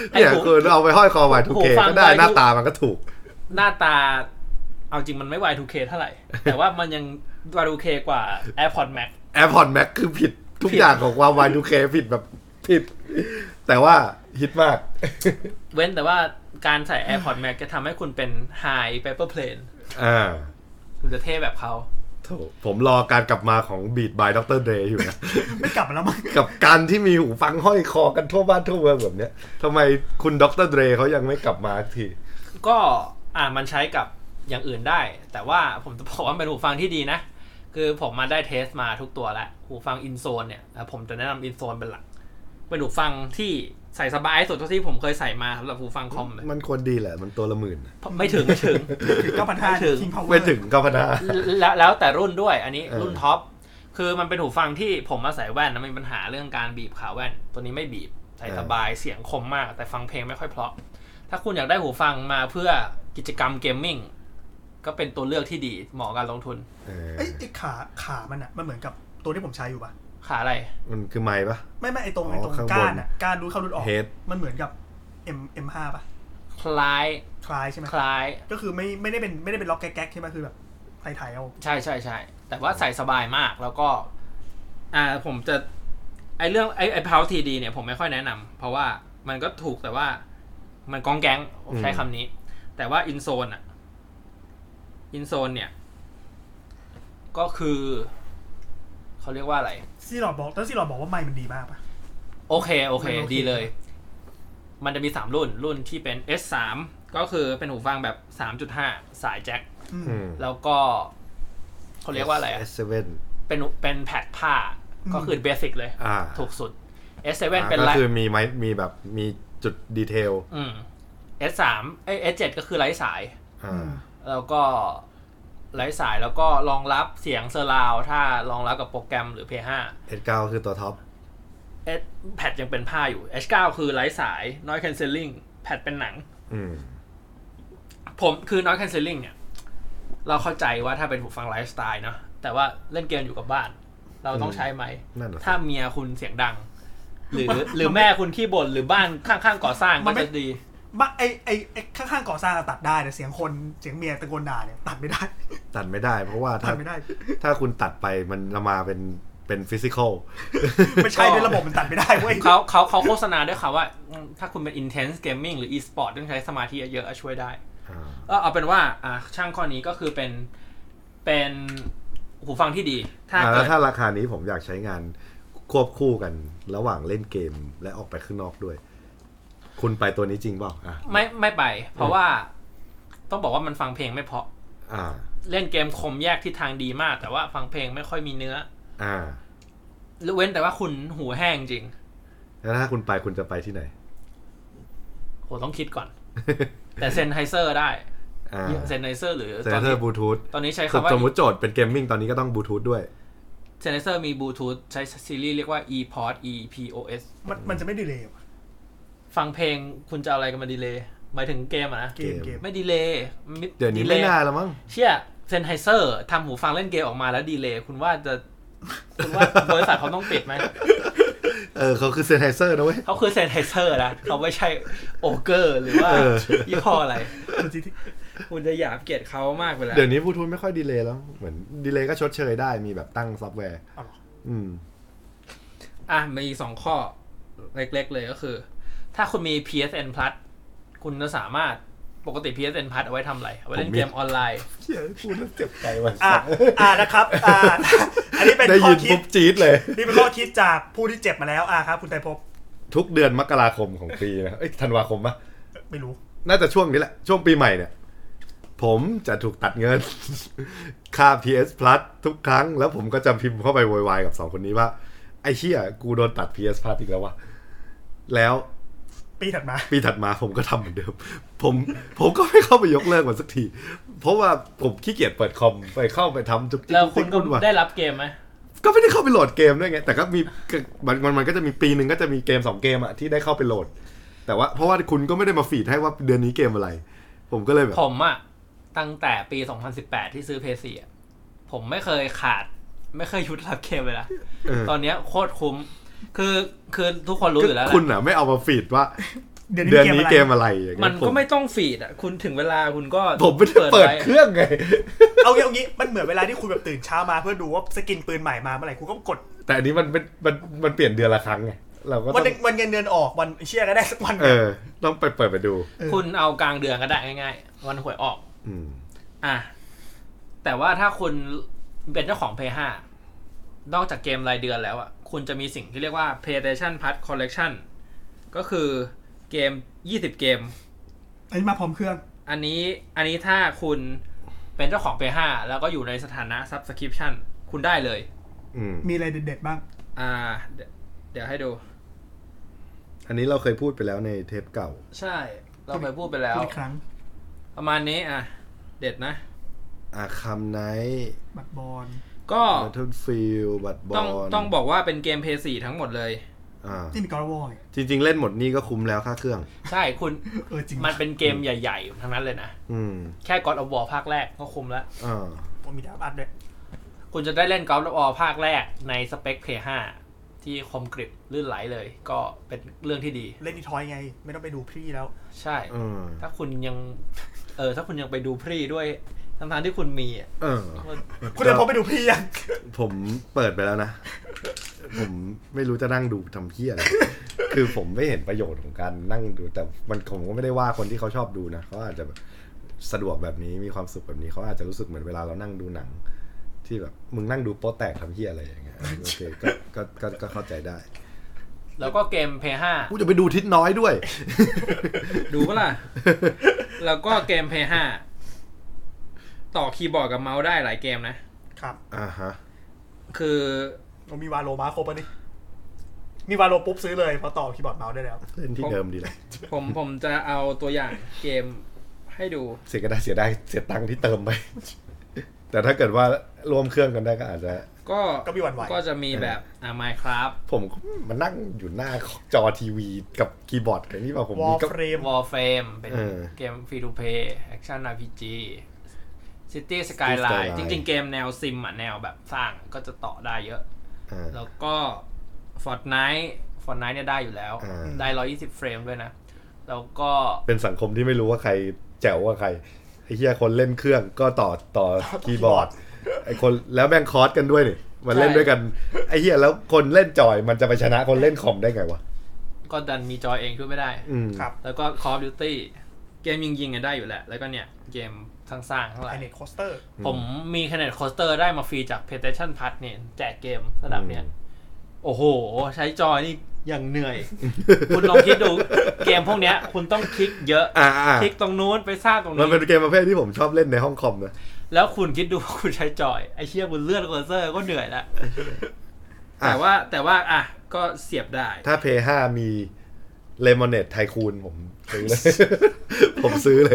เนี่ยคือเอาไปห้อยคอ วาย ทู เค ก็ได้หน้าตามันก็ถูกหน้าตาเอาจริงมันไม่ วาย ทู เค เท่าไหร่แต่ว่ามันยัง วาย ทู เค กว่า AirPods Max AirPods Max คือผิดทุกอย่างของความ วาย ทู เค ผิดแบบผิดแต่ว่าฮิตมากเว้นแต่ว่าการใส่ AirPods Max จะทำให้คุณเป็น High Paper Plane อ่าคุณจะเท่แบบเขาโถผมรอการกลับมาของ Beat by ด็อกเตอร์ Dre อยู่นะไม่กลับมาแล้วมั้งกับการที่มีหูฟังห้อยคอกันทั่วบ้านทั่วเมืองแบบเนี้ยทำไมคุณด็อกเตอร์ Dre เขายังไม่กลับมาทีก็อ่ามันใช้กับอย่างอื่นได้แต่ว่าผมจะบอกว่าเป็นหูฟังที่ดีนะคือผมมาได้เทสมาทุกตัวแล้วหูฟัง InZone เนี่ยผมจะแนะนำ InZone เป็นหลักเป็นหูฟังที่ใส่สบายสุดเท่าที่ผมเคยใส่มาสำหรับหูฟังคอมมันควรดีแหละมันตัวละหมื่นไม่ถึงไม่ถึงเก้าพันห้าถึงไม่ถึงเก้าพันห้าแล้วแล้วแต่รุ่นด้วยอันนี้รุ่นท็อปคือมันเป็นหูฟังที่ผมมาใส่แว่นนะมีปัญหาเรื่องการบีบขาแว่นตัวนี้ไม่บีบใส่สบายเสียงคมมากแต่ฟังเพลงไม่ค่อยเพราะถ้าคุณอยากได้หูฟังมาเพื่อกิจกรรมเกมมิ่งก็เป็นตัวเลือกที่ดีเหมาะกับการลงทุนไอ้ไอ้ขาขามันอ่ะมันเหมือนกับตัวที่ผมใช้อยู่ป่ะขาอะไรมันคือไม้ปะไม่ไม่ไอ้ตรงไอ้ตรงก้านอ่ะก้านรูดเข้ารูดออกมันเหมือนกับ M เอ็ม ห้า ป่ะคล้ายคล้ายใช่ไหมคล้ายก็คือไม่ไม่ได้เป็นไม่ได้เป็นล็อกแก๊กๆใช่ไหมคือแบบไทยๆเอาใช่ใช่ใช่แต่ว่าใส่สบายมากแล้วก็อ่าผมจะไอเรื่องไอไอพาวทีดีเนี่ยผมไม่ค่อยแนะนำเพราะว่ามันก็ถูกแต่ว่ามันกองแก๊งใช้คำนี้แต่ว่าอินโซนอ่ะอินโซนเนี่ยก็คือเขาเรียกว่าอะไรซีหลอดบอกแล้วซีหลอดบอกว่าไมค์มันดีมากป่ะโอเคโอเคดีเลยมันจะมีสามรุ่นรุ่นที่เป็น เอส สาม ก็คือเป็นหูฟังแบบ สามจุดห้า สายแจ็คแล้วก็เขาเรียกว่าอะไรอ่ะเอส เซเว่นเป็นเป็นแพดผ้าก็คือเบสิกเลยถูกสุด เอส เซเว่น เป็นก็คือมีไม้มีแบบมีจุดดีเทลอืม เอส สาม เอ้ย เอส เจ็ด ก็คือไร้สายแล้วก็ไร้สายแล้วก็รองรับเสียงเซอร์ราวถ้ารองรับกับโปรแกรมหรือ พี ห้าเอส เก้า คือตัวท็อปเอสแพดยังเป็นผ้าอยู่ เอช เก้า คือไร้สาย noise cancelling แพดเป็นหนังผมคือ noise cancelling เนี่ยเราเข้าใจว่าถ้าเป็นหูฟังไลฟ์สไตล์เนาะแต่ว่าเล่นเกมอยู่กับบ้านเราต้องใช้ไหมถ้าเมียคุณเสียงดังหรือหรือแม่คุณขี้บ่นหรือบ้านข้างๆก่อสร้างก็จะดีบ้าไอไอไอข้างๆก่อสร้างตัดได้แต่เสียงคนเสียงเมียตะโกนด่าเนี่ยตัดไม่ได้ตัดไม่ได้เพราะว่าถ้าถ้าคุณตัดไปมันจะมาเป็นเป็นฟิสิกอลไม่ใช่ด้วยระบบมันตัดไม่ได้เว้ยเขาเขาเขาโฆษณาด้วยค่ะว่าถ้าคุณเป็น intense gaming หรือ e-sport ต้องใช้สมาธิเยอะๆช่วยได้ก็เอาเป็นว่าอ่ะช่างข้อนี้ก็คือเป็นเป็นหูฟังที่ดีถ้าแล้วถ้าราคานี้ผมอยากใช้งานควบคู่กันระหว่างเล่นเกมและออกไปข้างนอกด้วยคุณไปตัวนี้จริงเปล่าอ่ะไม่ไม่ไปเพราะว่าต้องบอกว่ามันฟังเพลงไม่เพราะอ่าเล่นเกมคมแยกทิศทางดีมากแต่ว่าฟังเพลงไม่ค่อยมีเนื้ออ่าเว้นแต่ว่าคุณหูแห้งจริงแล้วถ้าคุณไปคุณจะไปที่ไหนโหต้องคิดก่อนแต่เซนไฮเซอร์ได้เซนไฮเซอร์หรือเซนไฮเซอร์บลูทูธตอนนี้ใช้คำว่าสมมติโจทย์เป็นเกมมิ่งตอนนี้ก็ต้องบลูทูธด้วยเซนไฮเซอร์มีบลูทูธใช้ซีรีส์เรียกว่า e-port e p o s มันมันจะไม่ดีเลย์ฟังเพลงคุณจะเอาอะไรกันมาดีเลย์หมายถึงเกมอ่ะนะเกมเกมไม่ดีเลย์เดี๋ยวนี้ไม่น่าแล้วมั้งเชี่ยเซนไฮเซอร์ทำหูฟังเล่นเกมออกมาแล้วดีเลย์คุณว่าจะคุณว่าบริษัทเขาต้องปิดไหมเออเขาคือเซนไฮเซอร์นะเว้ยเขาคือเซนไฮเซอร์นะเขาไม่ใช่โอเกอร์หรือว่ายี่ห้ออะไรคุณจะหยาบเกียดเขามากไปแล้วเดี๋ยวนี้บลูทูธไม่ค่อยดีเลย์แล้วเหมือนดีเลย์ก็ชดเชยได้มีแบบตั้งซอฟต์แวร์อืมอ่ะมีสองข้อเล็กๆเลยก็คือถ้าคุณมี พี เอส เอ็น Plus คุณจะสามารถปกติ พี เอส เอ็น Plus เอาไว้ทำอะไรเอาไว้เล่นเกมออนไลน์เหี้ยพูดแล้วเจ็บใจว่ะอ่ะอ่ะนะครับอ่าอันนี้เป็นข้อคิดจี๊ดเลยนี่เป็นข้อคิดจากผู้ที่เจ็บมาแล้วอ่ะครับคุณไตรภพทุกเดือนมกราคมของปีนะเอ้ยธันวาคมป่ะไม่รู้น่าจะช่วงนี้แหละช่วงปีใหม่เนี่ยผมจะถูกตัดเงินค่า พี เอส Plus ทุกครั้งแล้วผมก็จะพิมพ์เข้าไปโวยวายกับสองคนนี้ว่าไอ้เหี้ยกูโดนตัด พี เอส Plus อีกแล้วว่ะแล้วปีถัดมาปีถัดมาผมก็ทำเหมือนเดิมผมผมก็ไม่เข้าไปยกเลิกมันสักทีเพราะว่าผมขี้เกียจเปิดคอมไปเข้าไปทำจุกจิกแล้วคุณได้รับเกมไหมก็ไม่ได้เข้าไปโหลดเกมด้วยไงแต่ก็มีมันมันก็จะมีปีนึงก็จะมีเกมสองเกมอะที่ได้เข้าไปโหลดแต่ว่าเพราะว่าคุณก็ไม่ได้มาฟีดให้ว่าเดือนนี้เกมอะไรผมก็เลยแบบผมอะตั้งแต่ปีสองพันสิบแปดที่ซื้อ พี ซี อ่ะผมไม่เคยขาดไม่เคยหยุดรับเกมเลยนะตอนนี้โคตรคุ้มคือคือทุกคนรู้อยู่แล้วคุณอ่ะไม่เอามาฟีดว่าเดือนเดือนนี้นี้เกเกมมอะอะไร ไรมันก็ไม่ต้องฟีดอ่ะคุณถึงเวลาคุณก็ผมไม่ได้เปิดเครื่องไงเอางี้เอางี้มันเหมือนเวลาที่คุณแบบตื่นเช้ามาเพื่อดูว่าสกินปืนใหม่มาเมื่อไหร่คุณก็กดแต่อันนี้มันเป็นมันมันเปลี่ยนเดือนละครั้งไงเราก็ต้วัอน งวันเงินเดือนออกวันเชี่ยก็ได้สักวันเออต้องไปเปิดไปดูคุณเอากลางเดือนก็ได้ง่ายๆวันหวยออกอืมอ่ะแต่ว่าถ้าคุณเป็นเจ้าของ พี เอส ห้านอกจากเกมรายเดือนแล้วอ่ะคุณจะมีสิ่งที่เรียกว่า PlayStation Plus Collection ก็คือเกมยี่สิบเกมอันนี้มาพร้อมเครื่องอันนี้อันนี้ถ้าคุณเป็นเจ้าของ พี เอส ห้าแล้วก็อยู่ในสถานะ Subscription คุณได้เลยมีอะไรเด็ดๆบ้างอ่าเดี๋ยวเดี๋ยวให้ดูอันนี้เราเคยพูดไปแล้วในเทปเก่าใช่เราเคยพูดไปแล้วครั้งประมาณนี้อ่ะเด็ดนะอาคัมไนท์บัตบอลก็ Battlefield บัตบอลต้องต้องบอกว่าเป็นเกม พี เอส โฟร์ ทั้งหมดเลยอ่าที่มีกอล์ฟบอลจริงๆเล่นหมดนี่ก็คุ้มแล้วค่าเครื่องใช่คุณเออจริงมันเป็นเกมใหญ่ๆทั้งนั้นเลยนะอืมแค่ God of War ภาคแรกก็คุ้มแล้วอ่าผมมีดาบอัดด้วยคุณจะได้เล่น God of War ภาคแรกในสเปค พี เอส ห้าที่คมกริบลื่นไหลเลยก็เป็นเรื่องที่ดีเล่นที่ทอยไงไม่ต้องไปดูพรี่แล้วใช่ถ้าคุณยังเออถ้าคุณยังไปดูพรี่ด้วยทั้งๆที่คุณมีอ่ะคุณจะพอไปดูพรี่ยังผมเปิดไปแล้วนะผมไม่รู้จะนั่งดูทำเพี้ยอะไรคือผมไม่เห็นประโยชน์ของการนั่งดูแต่มันผมก็ไม่ได้ว่าคนที่เขาชอบดูนะเขาอาจจะสะดวกแบบนี้มีความสุขแบบนี้เขาอาจจะรู้สึกเหมือนเวลาเรานั่งดูหนังที่แบบมึงนั่งดูโป๊แตกทำเพี้ยอะไรอย่างเงี้ยโอเคก็ก็ก็ก็เข้าใจได้แล้วก็เกม พี เอส ห้ากูจะไปดูทิศน้อยด้วยดูปะล่ะแล้วก็เกม พี เอส ห้าต่อคีย์บอร์ดกับเมาส์ได้หลายเกมนะครับอ่าฮะคือมีวาโลมาครบป่ะนี่มีวาโลปุ๊บซื้อเลยพอต่อคีย์บอร์ดเมาส์ได้แล้วเล่นที่เดิมดีเลยผมผมจะเอาตัวอย่างเกมให้ดูเสียก็ได้เสียได้เสียตังค์ที่เติมไปแต่ถ้าเกิดว่ารวมเครื่องกันได้ก็อาจจะก็ก็มีวันไหวก็จะมีแบบอ่า Minecraft ผมมานั่งอยู่หน้าจอทีวีกับคีย์บอร์ดกันนี่ป่ะผมมีก็ Warframe Warframe เป็นเกม Free to Play Action อาร์ พี จี City Skyline จริงๆเกมแนวซิมอ่ะแนวแบบสร้างก็จะต่อได้เยอะแล้วก็ Fortnite Fortnite เนี่ยได้อยู่แล้วได้หนึ่งร้อยยี่สิบเฟรมด้วยนะแล้วก็เป็นสังคมที่ไม่รู้ว่าใครแจ๋วกว่าใครไอ้เหี้ยคนเล่นเครื่องก็ต่อต่อคีย์บอร์ดไอ้คนแล้วแม่งคอร์สกันด้วยนี่มันเล่นด้วยกันไอ้เหี้ยแล้วคนเล่นจอยมันจะไปชนะคนเล่นคอมได้ไงวะก็ดันมีจอยเองช่วยไม่ได้ครับแล้วก็ Call of Duty เกมยิงๆกันได้อยู่แหละแล้วก็เนี่ยเกมสร้างๆทั้งหลาย Kinect Coaster ผมมี Kinect Coaster ได้มาฟรีจาก PlayStation Plus เนี่ยแจกเกมระดับเนี้ยโอ้โหใช้จอยนี่อย่างเหนื่อย คุณลองคิดดูเกมพวกเนี้ยคุณต้องคลิกเยอะคลิกตรงนู้นไปสร้างตรงนี้มันเป็นเกมประเภทที่ผมชอบเล่นในห้องคอมนะแล้วคุณคิดดูคุณใช้จอยไอ้เชี่ยคุณเลื่อนเคอร์เซอร์ก็เหนื่อยแล้วแต่ว่าแต่ว่าอ่ะก็เสียบได้ถ้า พี เอส ห้า มี Lemonade Tycoon ผมซื้อเลย ผมซื้อเลย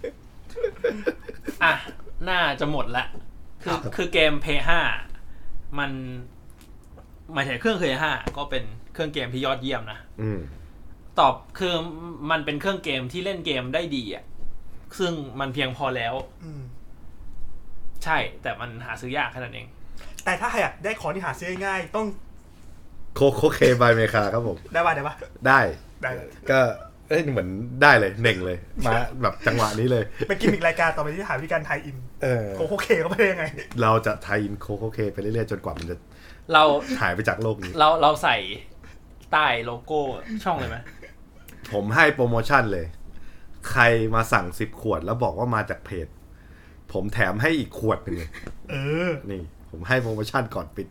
อ่ะน่าจะหมดละคือคือเกม พี เอส ห้า มันหมายถึงเครื่อง พี เอส ห้า ก็เป็นเครื่องเกมที่ยอดเยี่ยมนะตอบคือมันเป็นเครื่องเกมที่เล่นเกมได้ดีอ่ะซึ่งมันเพียงพอแล้วใช่แต่มันหาซื้อยากแค่นั้นเองแต่ถ้าอยากได้ของที่หาซื้อง่ายต้องโคโคเคบายเมคาครับผมได้ป่ะได้ป่ะได้ได้ก็เอ้ยเหมือนได้เลยเน่งเลยมาแบบจังหวะนี้เลยเป็นกิมมิกรายการต่อไปที่หาวิธีการไทยอินโคโคเคเขาไม่ได้ยังไงเราจะไทยอินโคโคเคไปเรื่อยๆจนกว่ามันจะเราหายไปจากโลกนี้เราเราใส่ใต้โลโก้ช่องเลยไหมผมให้โปรโมชั่นเลยใครมาสั่งสิบขวดแล้วบอกว่ามาจากเพจผมแถมให้อีกขวดนึงเลยเออนี่ผมให้โปรโมชั่นก่อนปิด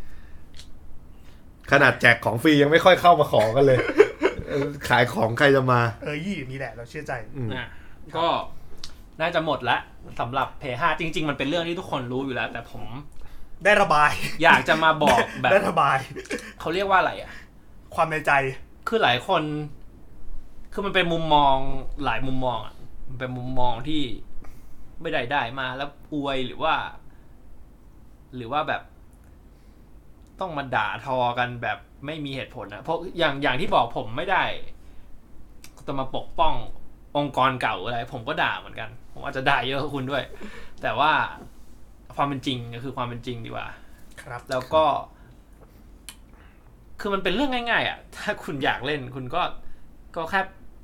ขนาดแจกของฟรียังไม่ค่อยเข้ามาขอกันเลยขายของใครจะมาเออยี่นี่แหละเราเชื่อใจอ่ะก็น่าจะหมดละสำหรับ พี เอส ห้า จริงๆมันเป็นเรื่องที่ทุกคนรู้อยู่แล้วแต่ผมได้ระบายอยากจะมาบอกแบบได้ระบายเขาเรียกว่าอะไรอ่ะความในใจคือหลายคนคือมันเป็นมุมมองหลายมุมมองอ่ะมันเป็นมุมมองที่ไม่ได้ได้มาแล้วอวยหรือว่าหรือว่าแบบต้องมาด่าทอกันแบบไม่มีเหตุผลนะเพราะอย่างอย่างที่บอกผมไม่ได้จะมาปกป้ององค์กรเก่าอะไรผมก็ด่าเหมือนกันผมอาจจะด่าเยอะกว่าคุณด้วยแต่ว่าความเป็นจริงก็คือความเป็นจริงดีกว่าครับแล้วก็คือมันเป็นเรื่องง่ายๆอ่ะถ้าคุณอยากเล่นคุณก็ก็แค่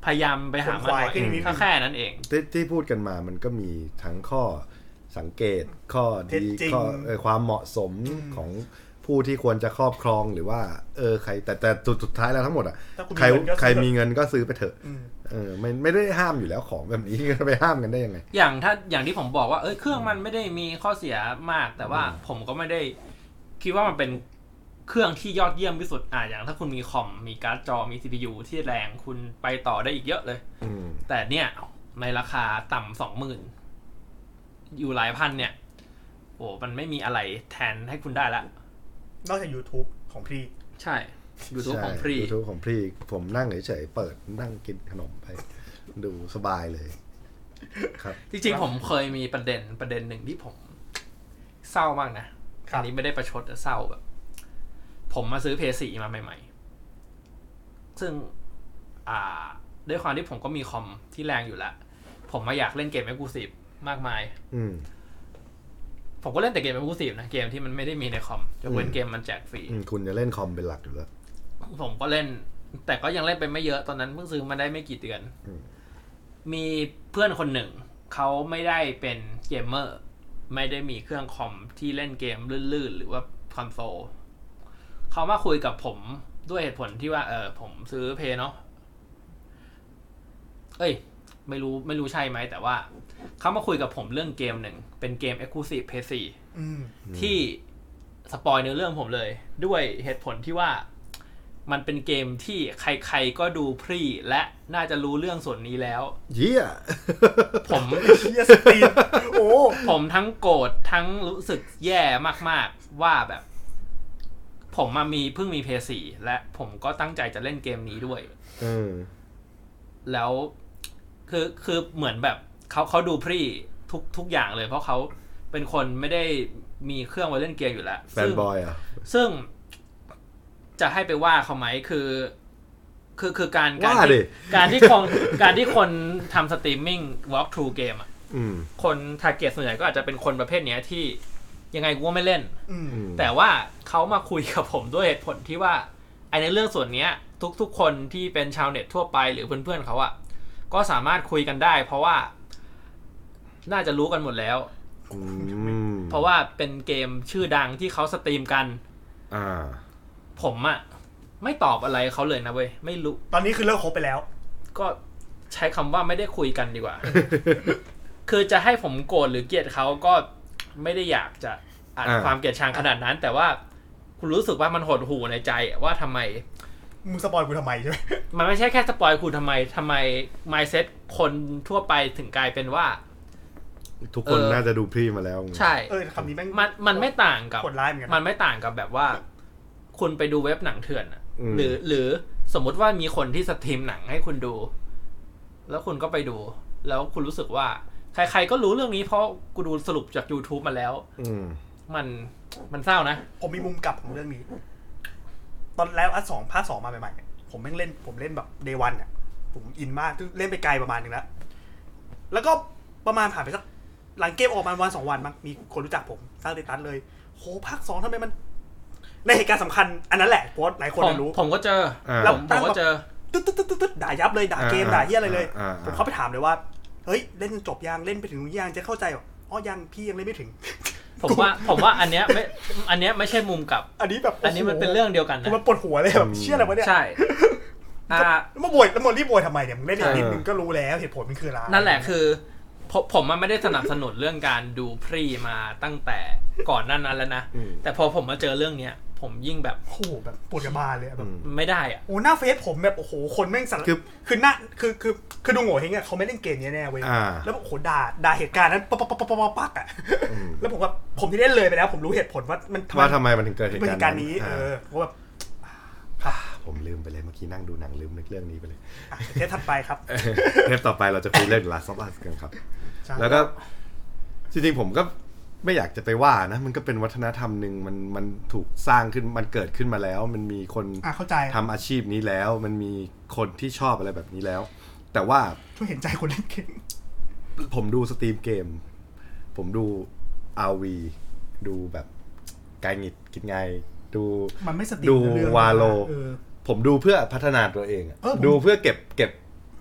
พยายามไปหามาหน่อยแค่แค่นั้นเองที่ที่พูดกันมามันก็มีทั้งข้อสังเกตข้อดีข้อความเหมาะสมของผู้ที่ควรจะครอบครองหรือว่าเออใครแต่แต่สุดท้ายแล้วทั้งหมดอ่ะใครใครมีเงินก็ซื้อไปเถอะเออไม่ไม่ได้ห้ามอยู่แล้วของแบบนี้จะไปห้ามกันได้ยังไงอย่างถ้าอย่างที่ผมบอกว่าเอ้ยเครื่องมันไม่ได้มีข้อเสียมากแต่ว่าผมก็ไม่ได้คิดว่ามันเป็นเครื่องที่ยอดเยี่ยมที่สุดอ่ะอย่างถ้าคุณมีคอมมีการ์ดจอมี ซี พี ยู ที่แรงคุณไปต่อได้อีกเยอะเลยแต่เนี่ยในราคาต่ำสองหมื่นอยู่หลายพันเนี่ยโอ้มันไม่มีอะไรแทนให้คุณได้ละนอกจาก YouTube ของพี่ใช่ YouTube ของพี่ YouTube ของพี่ผมนั่งเฉยๆเปิดนั่งกินขนมไปดูสบายเลยครับจริงๆผมเคยมีประเด็นประเด็นหนึ่งที่ผมเศร้ามากนะอันนี้ไม่ได้ประชดแต่เศร้าแบบผมมาซื้อ พี เอส โฟร์ มาใหม่ๆซึ่งอ่าด้วยความที่ผมก็มีคอมที่แรงอยู่แล้วผมมาอยากเล่นเกม Exclusive มากมายอืมผมก็เล่นแต่เกม Exclusive นะเกมที่มันไม่ได้มีในคอมยกเว้นเกมมันแจกฟรีคุณจะเล่นคอมเป็นหลักอยู่แล้วผมก็เล่นแต่ก็ยังเล่นไปไม่เยอะตอนนั้นเพิ่งซื้อมาได้ไม่กี่เดือนมีเพื่อนคนหนึ่งเขาไม่ได้เป็นเกมเมอร์ไม่ได้มีเครื่องคอมที่เล่นเกมลื่นๆหรือว่าคอนโซลเขามาคุยกับผมด้วยเหตุผลที่ว่าเออผมซื้อเพย์เนาะเอ้ยไม่รู้ไม่รู้ใช่ไหมแต่ว่าเขามาคุยกับผมเรื่องเกมหนึ่งเป็นเกม Exclusive พี เอส โฟร์ ที่สปอยเนื้อเรื่องผมเลยด้วยเหตุผลที่ว่ามันเป็นเกมที่ใครๆก็ดูพรีและน่าจะรู้เรื่องส่วนนี้แล้วเหี้ยผมเหี้ยสตีนโอ้ผมทั้งโกรธทั้งรู้สึกแย่มากๆว่าแบบผมมามีเพิ่งมี พี เอส โฟร์ และผมก็ตั้งใจจะเล่นเกมนี้ด้วยเออแล้วคือคือเหมือนแบบเขาเขาดูพรีทุกทุกอย่างเลยเพราะเขาเป็นคนไม่ได้มีเครื่องไว้เล่นเกมอยู่แล้วแฟนบอยอ่ะซึ่งจะให้ไปว่าเขาไหมคือคือคือการการที่การที่คนการที่คนทำสตรีมมิ่ง walk through เกมอ่ะคนทาร์เก็ตส่วนใหญ่ก็อาจจะเป็นคนประเภทนี้ที่ยังไงกูก็ไม่เล่นแต่ว่าเขามาคุยกับผมด้วยเหตุผลที่ว่าไอ้ในเรื่องส่วนนี้ทุกๆคนที่เป็นชาวเน็ตทั่วไปหรือเพื่อนๆเขาอ่ะก็สามารถคุยกันได้เพราะว่าน่าจะรู้กันหมดแล้วเพราะว่าเป็นเกมชื่อดังที่เขาสตรีมกันผมอะไม่ตอบอะไรเขาเลยนะเว้ยไม่รู้ตอนนี้คือเลิกคบไปแล้วก็ใช้คำว่าไม่ได้คุยกันดีกว่า คือจะให้ผมโกรธหรือเกลียดเขาก็ไม่ได้อยากจะอ่านความเกลียดชังขนาดนั้นแต่ว่าคุณรู้สึกว่ามันหดหู่ในใจว่าทำไมมึงสปอยกูทำไมใช่ไหมมันไม่ใช่แค่สปอยกูทำไมทำไม mindset คนทั่วไปถึงกลายเป็นว่าทุกคนน่าจะดูพรีมาแล้วใช่เออคำนี้แม่งมันมันไม่ต่างกับคนร้ายเหมือนกันมันไม่ต่างกับแบบว่าคุณไปดูเว็บหนังเถื่อนอ่ะหรือหรือสมมติว่ามีคนที่สตรีมหนังให้คุณดูแล้วคุณก็ไปดูแล้วคุณรู้สึกว่าใครๆก็รู้เรื่องนี้เพราะกูดูสรุปจาก YouTube มาแล้วมันมันเศร้านะผมมีมุมกลับของเรื่องนี้ตอนแล้วอันสองภาคสองมาใหม่ๆผมแม่งเล่นผมเล่นแบบ Day วันอ่ะผมอินมากเล่นไปไกลประมาณนึงแล้วแล้วก็ประมาณผ่านไปสักหลังเกมออกมาวันสองวันมั้งมีคนรู้จักผมสร้างสเตตัสเลยโหภาคสองทำไมมันในเหตุการณ์สำคัญอันนั้นแหละเพราะหลายคนรู้ผมก็เจอแล้วผมก็เจอตึ๊ดตึ๊ดตึ๊ดตึ๊ดด่ายับเลยด่าเกมด่าเหี้ยอะไรเลยผมเข้าไปถามเลยว่าเฮ้ยเล่นจบยังเล่นไปถึงยังจะเข้าใจหรออ๋อยังพี่ยังเล่นไม่ถึงผมว่าผมว่าอันเนี้ยไม่อันเนี้ยไม่ใช่มุมกลับอันนี้แบบอันนี้มันเป็นเรื่องเดียวกันนะมันปวดหัวเลยแบบเชี่ยอะไรวะเนี่ยใช่อ่าแล้วมาบ่นแล้วมารีบบ่นทำไมเนี่ยมึงเล่นอีกนิดนึงก็รู้แล้วเหตุผลมันคืออะไรนั่นแหละคือผมผมมันไม่ได้สนับสนุนเรื่องการดูพรีมาตั้งแต่ก่อนนั้นนั้นแล้วนะแต่พอผมมาเจอเรื่องเนี้ยผมยิ่งแบบโอ้โหแบบปวดกระบาลเลยแบบไม่ได้อ่ะโอ้หน้าเฟซผมแบบโอ้โหคนแม่งสั่นคือคือหน้าคือคือคือดูโง่เฮงอ่ะเขาไม่เล่นเกมนี้แน่เว้ยแล้วโอ้โหด่าด่าเหตุการณ์นั้นปั๊บปั๊บปั๊บปั๊บปั๊บอ่ะแล้วผมว่าผมที่เล่นเลยไปแล้วผมรู้เหตุผลว่ามันว่าทำไมมันถึงเกิดเหตุการณ์นี้เออเพราะแบบผมลืมไปเลยเมื่อกี้นั่งดูหนังลืมนึกเรื่องนี้ไปเลยเทปถัดไปครับเทปต่อไปเราจะคุยเรื่อง Last of Us กันครับแล้วก็จริงๆผมก็ไม่อยากจะไปว่านะมันก็เป็นวัฒนธรรมนึงมันมันถูกสร้างขึ้นมันเกิดขึ้นมาแล้วมันมีคนทำอาชีพนี้แล้วมันมีคนที่ชอบอะไรแบบนี้แล้วแต่ว่าช่วยเห็นใจคนเล่นเกมผมดูสตรีมเกมผมดู อาร์ วี ดูแบบกายหงิดกินไงดูมันไม่สตรีมดูวาโลผมดูเพื่อพัฒนาตัวเองดูเพื่อเก็บเก็บ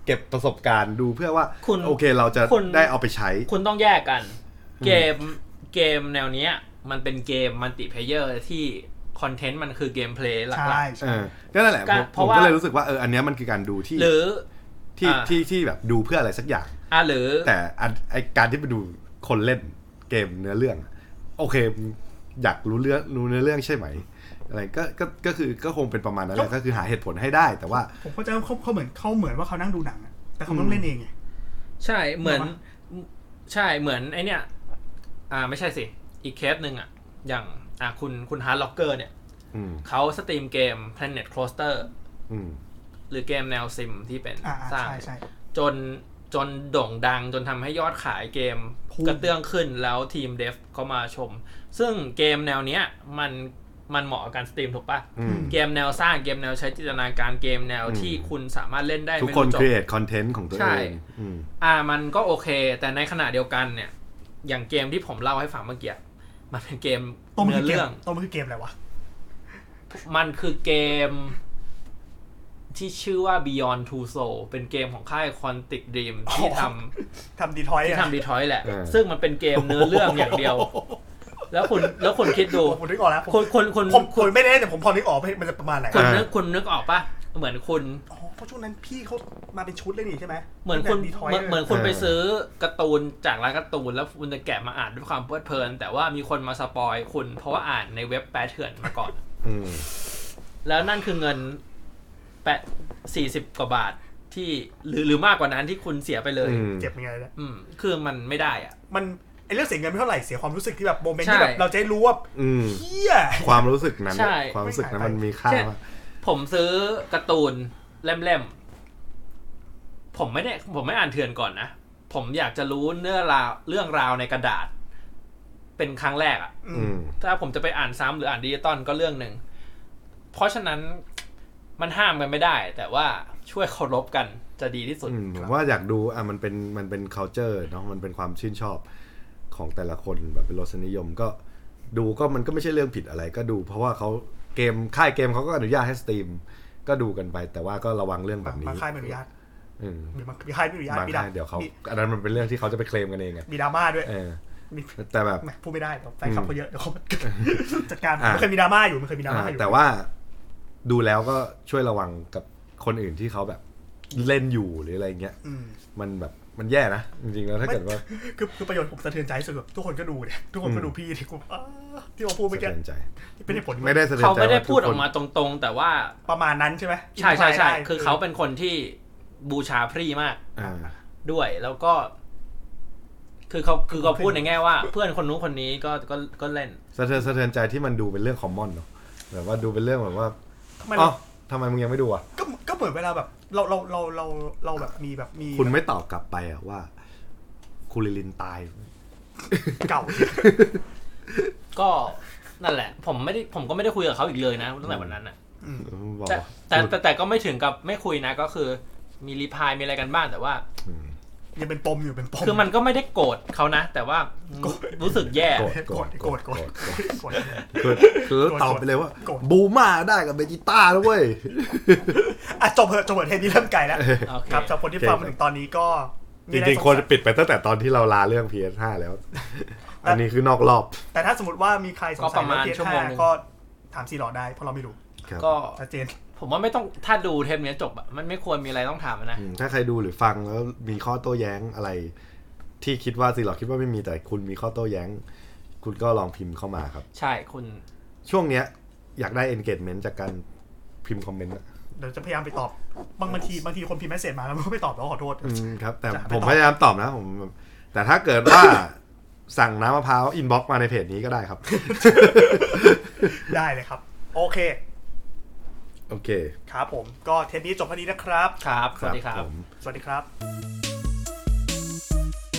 เก็บประสบการณ์ดูเพื่อว่าคุณโอเคเราจะได้เอาไปใช้คุณต้องแยกกันเกมเกมแนวเนี้ยมันเป็นเกมมัลติเพลเยอร์ที่คอนเทนต์มันคือเกมเพลย์หลักๆใช่ก็นั่นแหละผมก็เลยรู้สึกว่าเอออันเนี้ยมันคือการดูที่หรือที่ที่ที่แบบดูเพื่ออะไรสักอย่างอ่ะหรือแต่ไอการที่ไปดูคนเล่นเกมเนื้อเรื่องโอเคอยากรู้เรื่องรู้เนื้อเรื่องใช่ไหมอะไรก็ก็ก็คือก็คงเป็นประมาณนั้นแหละก็คือหาเหตุผลให้ได้แต่ว่าผมเข้าใจว่าเขาเขาเหมือนเขาเหมือนว่าเขานั่งดูหนังแต่เขาต้องเล่นเองไงใช่เหมือนใช่เหมือนไอเนี้ยอ่าไม่ใช่สิอีกเคสหนึ่งอ่ะอย่างอ่าคุณคุณฮาร์ดล็อกเกอร์เนี่ยเขาสตรีมเกม Planet Coaster หรือเกมแนวซิมที่เป็นสร้างจนจนโด่งดังจนทำให้ยอดขายเกมกระเตื้องขึ้นแล้วทีมเดฟเขามาชมซึ่งเกมแนวเนี้ยมันมันเหมาะกับการสตรีมถูกป่ะเกมแนวสร้างเกมแนวใช้จินตนาการเกมแนวที่คุณสามารถเล่นได้ทุกคน create content ของตัวเองอ่ามันก็โอเคแต่ในขณะเดียวกันเนี่ยอย่างเกมที่ผมเล่าให้ฟังเมื่อกี้มันเป็นเกมเนื้อเรื่องต้นมันคือเกมอะไรวะมันคือเกมที่ชื่อว่า Beyond Two Soul เป็นเกมของค่าย Quantic Dream ที่ทำทำ Detroit ที่ทำ Detroit แหละซึ่งมันเป็นเกมเนื้อเรื่องอย่างเดียวแล้วคุณแล้วคุณคิดดูผมนึกออกแล้วคุณคุณคุณผมผมไม่ได้แต่ผมพอนึกออกมันจะประมาณไหนคุณนึกคุณนึกออกป่ะเหมือนคุณอ๋อเพราะช่วงนั้นพี่เขามาเป็นชุดเลยนี่ใช่ไหมเหมือนคุณเหมือนคุณไปซื้อการ์ตูนจากร้านการ์ตูนแล้วคุณจะแกะมาอ่านด้วยความเพลิดเพลินแต่ว่ามีคนมาสปอยคุณเพราะว่าอ่านในเว็บแปลเถื่อนมาก่อนแล้วนั่นคือเงินแปะสี่สิบกว่าบาทที่หรือหรือมากกว่านั้นที่คุณเสียไปเลยเจ็บยังไงล่ะอืมคือมันไม่ได้อ่ะมันไอ้เรื่องเสียเงินไม่เท่าไหร่เสียความรู้สึกที่แบบโมเมนต์ที่แบบเราจะรู้ว่าเฮียความรู้สึกนั้นความรู้สึกนั้นมันมีค่ามากผมซื้อการ์ตูนเล่มๆผมไม่ได้ผมไม่อ่านเถื่อนก่อนนะผมอยากจะรู้เนื้อราวเรื่องราวในกระดาษเป็นครั้งแรกอ่ะถ้าผมจะไปอ่านซ้ำหรืออ่านดิจิตอลก็เรื่องนึงเพราะฉะนั้นมันห้ามกันไม่ได้แต่ว่าช่วยเคารพกันจะดีที่สุดผมว่าอยากดูอ่ะมันเป็นมันเป็น culture เนาะมันเป็นความชื่นชอบของแต่ละคนแบบเป็นรสนิยมก็ดูก็มันก็ไม่ใช่เรื่องผิดอะไรก็ดูเพราะว่าเขาเกมค่ายเกมเขาก็อนุญาตให้สตรีมก็ดูกันไปแต่ว่าก็ระวังเรื่องแบบนี้บางค่ายไม่อนุญาตอืมมีค่ายไม่อนุญาตมีได้เดี๋ยวเขาอันนั้นมันเป็นเรื่องที่เขาจะไปเคลมกันเองอ่ะมีดราม่าด้วยแต่แบบพูดไม่ได้แฟนคลับเขาเยอะเดี๋ยวเขาจัดการมันเคยมีดราม่าอยู่มันเคยมีดราม่าอยู่แต่ว่าดูแล้วก็ช่วยระวังกับคนอื่นที่เขาแบบเล่นอยู่หรืออะไรเงี้ยมันแบบมันแย่นะจริงๆแล้วถ้าเกิดว่าคือคือประโยชน์ผมสะเทือนใจสุดทุกคนก็ดูเนี่ยทุกคนก็ดูพี่ที่กูที่เขาพูดเมื่อกี้สะเทือนใจไม่ได้ผลไม่ได้สะเทือนใจเขาไม่ได้พูดออกมาตรงๆแต่ว่าประมาณนั้นใช่ไหมใช่ใช่ใช่คือเขาเป็นคนที่บูชาพรีมากด้วยแล้วก็คือเขาคือเขาพูดในแง่ว่าเพื่อนคนนู้นคนนี้ก็ก็ก็เล่นสะเทือนสะเทือนใจที่มันดูเป็นเรื่องคอมมอนเนาะแบบว่าดูเป็นเรื่องแบบว่าอ๋อทำไมมึงยังไม่ดูอ่ะก็ก็เหมือนเวลาแบบเราเราเราเราเราแบบมีแบบมีคุณไม่ตอบกลับไปอ่ะว่าคูลิลินตายเก่าก็นั่นแหละผมไม่ได้ผมก็ไม่ได้คุยกับเขาอีกเลยนะตั้งแต่วันนั้นอ่ะแต่แต่แต่ก็ไม่ถึงกับไม่คุยนะก็คือมีรีพลายมีอะไรกันบ้างแต่ว่ายังเป็นปมอยู่เป็นปมคือมันก็ไม่ได้โกรธเขานะแต่ว่ารู้สึกแย่โกรธโกรธโกรธโกรธคือตอบไปเลยว่าบูม่าได้กับเบจิต้าแล้วเว้ยอ่ะจบเหอะจบเหอะเทปนี้เริ่มไกลแล้วครับสำหรับคนที่ฟังมาถึงตอนนี้ก็จริงๆคนปิดไปตั้งแต่ตอนที่เราลาเรื่อง พี เอส ห้า แล้วอันนี้คือนอกรอบแต่ถ้าสมมติว่ามีใครสงสัยเรื่อง พี เอส ห้า ก็ถามซีหลอดได้เพราะเราไม่รู้ก็ชัดเจนผมว่าไม่ต้องถ้าดูเทปนี้จบอ่ะมันไม่ควรมีอะไรต้องถามนะถ้าใครดูหรือฟังแล้วมีข้อโต้แย้งอะไรที่คิดว่าซีหลอดคิดว่าไม่มีแต่คุณมีข้อโต้แย้งคุณก็ลองพิมพ์เข้ามาครับใช่คุณช่วงเนี้ยอยากได้ engagement จากการพิมพ์คอมเมนต์เดี๋ยวจะพยายามไปตอบบางบางทีบางทีคนพิมพ์เมสเสจมาแล้วไม่ตอบแล้วขอโทษครับแต่ผมพยายามตอบนะผมแต่ถ้าเกิดว่าสั่งน้ำมะพร้าวอินบ็อกซ์มาในเพจนี้ก็ได้ครับได้เลยครับโอเคโอเคครับผมก็เทปนี้จบพอดีนะครับครับสวัสดีครับสวัสดีครับ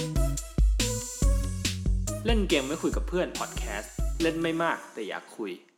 เล่นเกมไม่คุยกับเพื่อนพอดแคสต์เล่นไม่มากแต่อยากคุย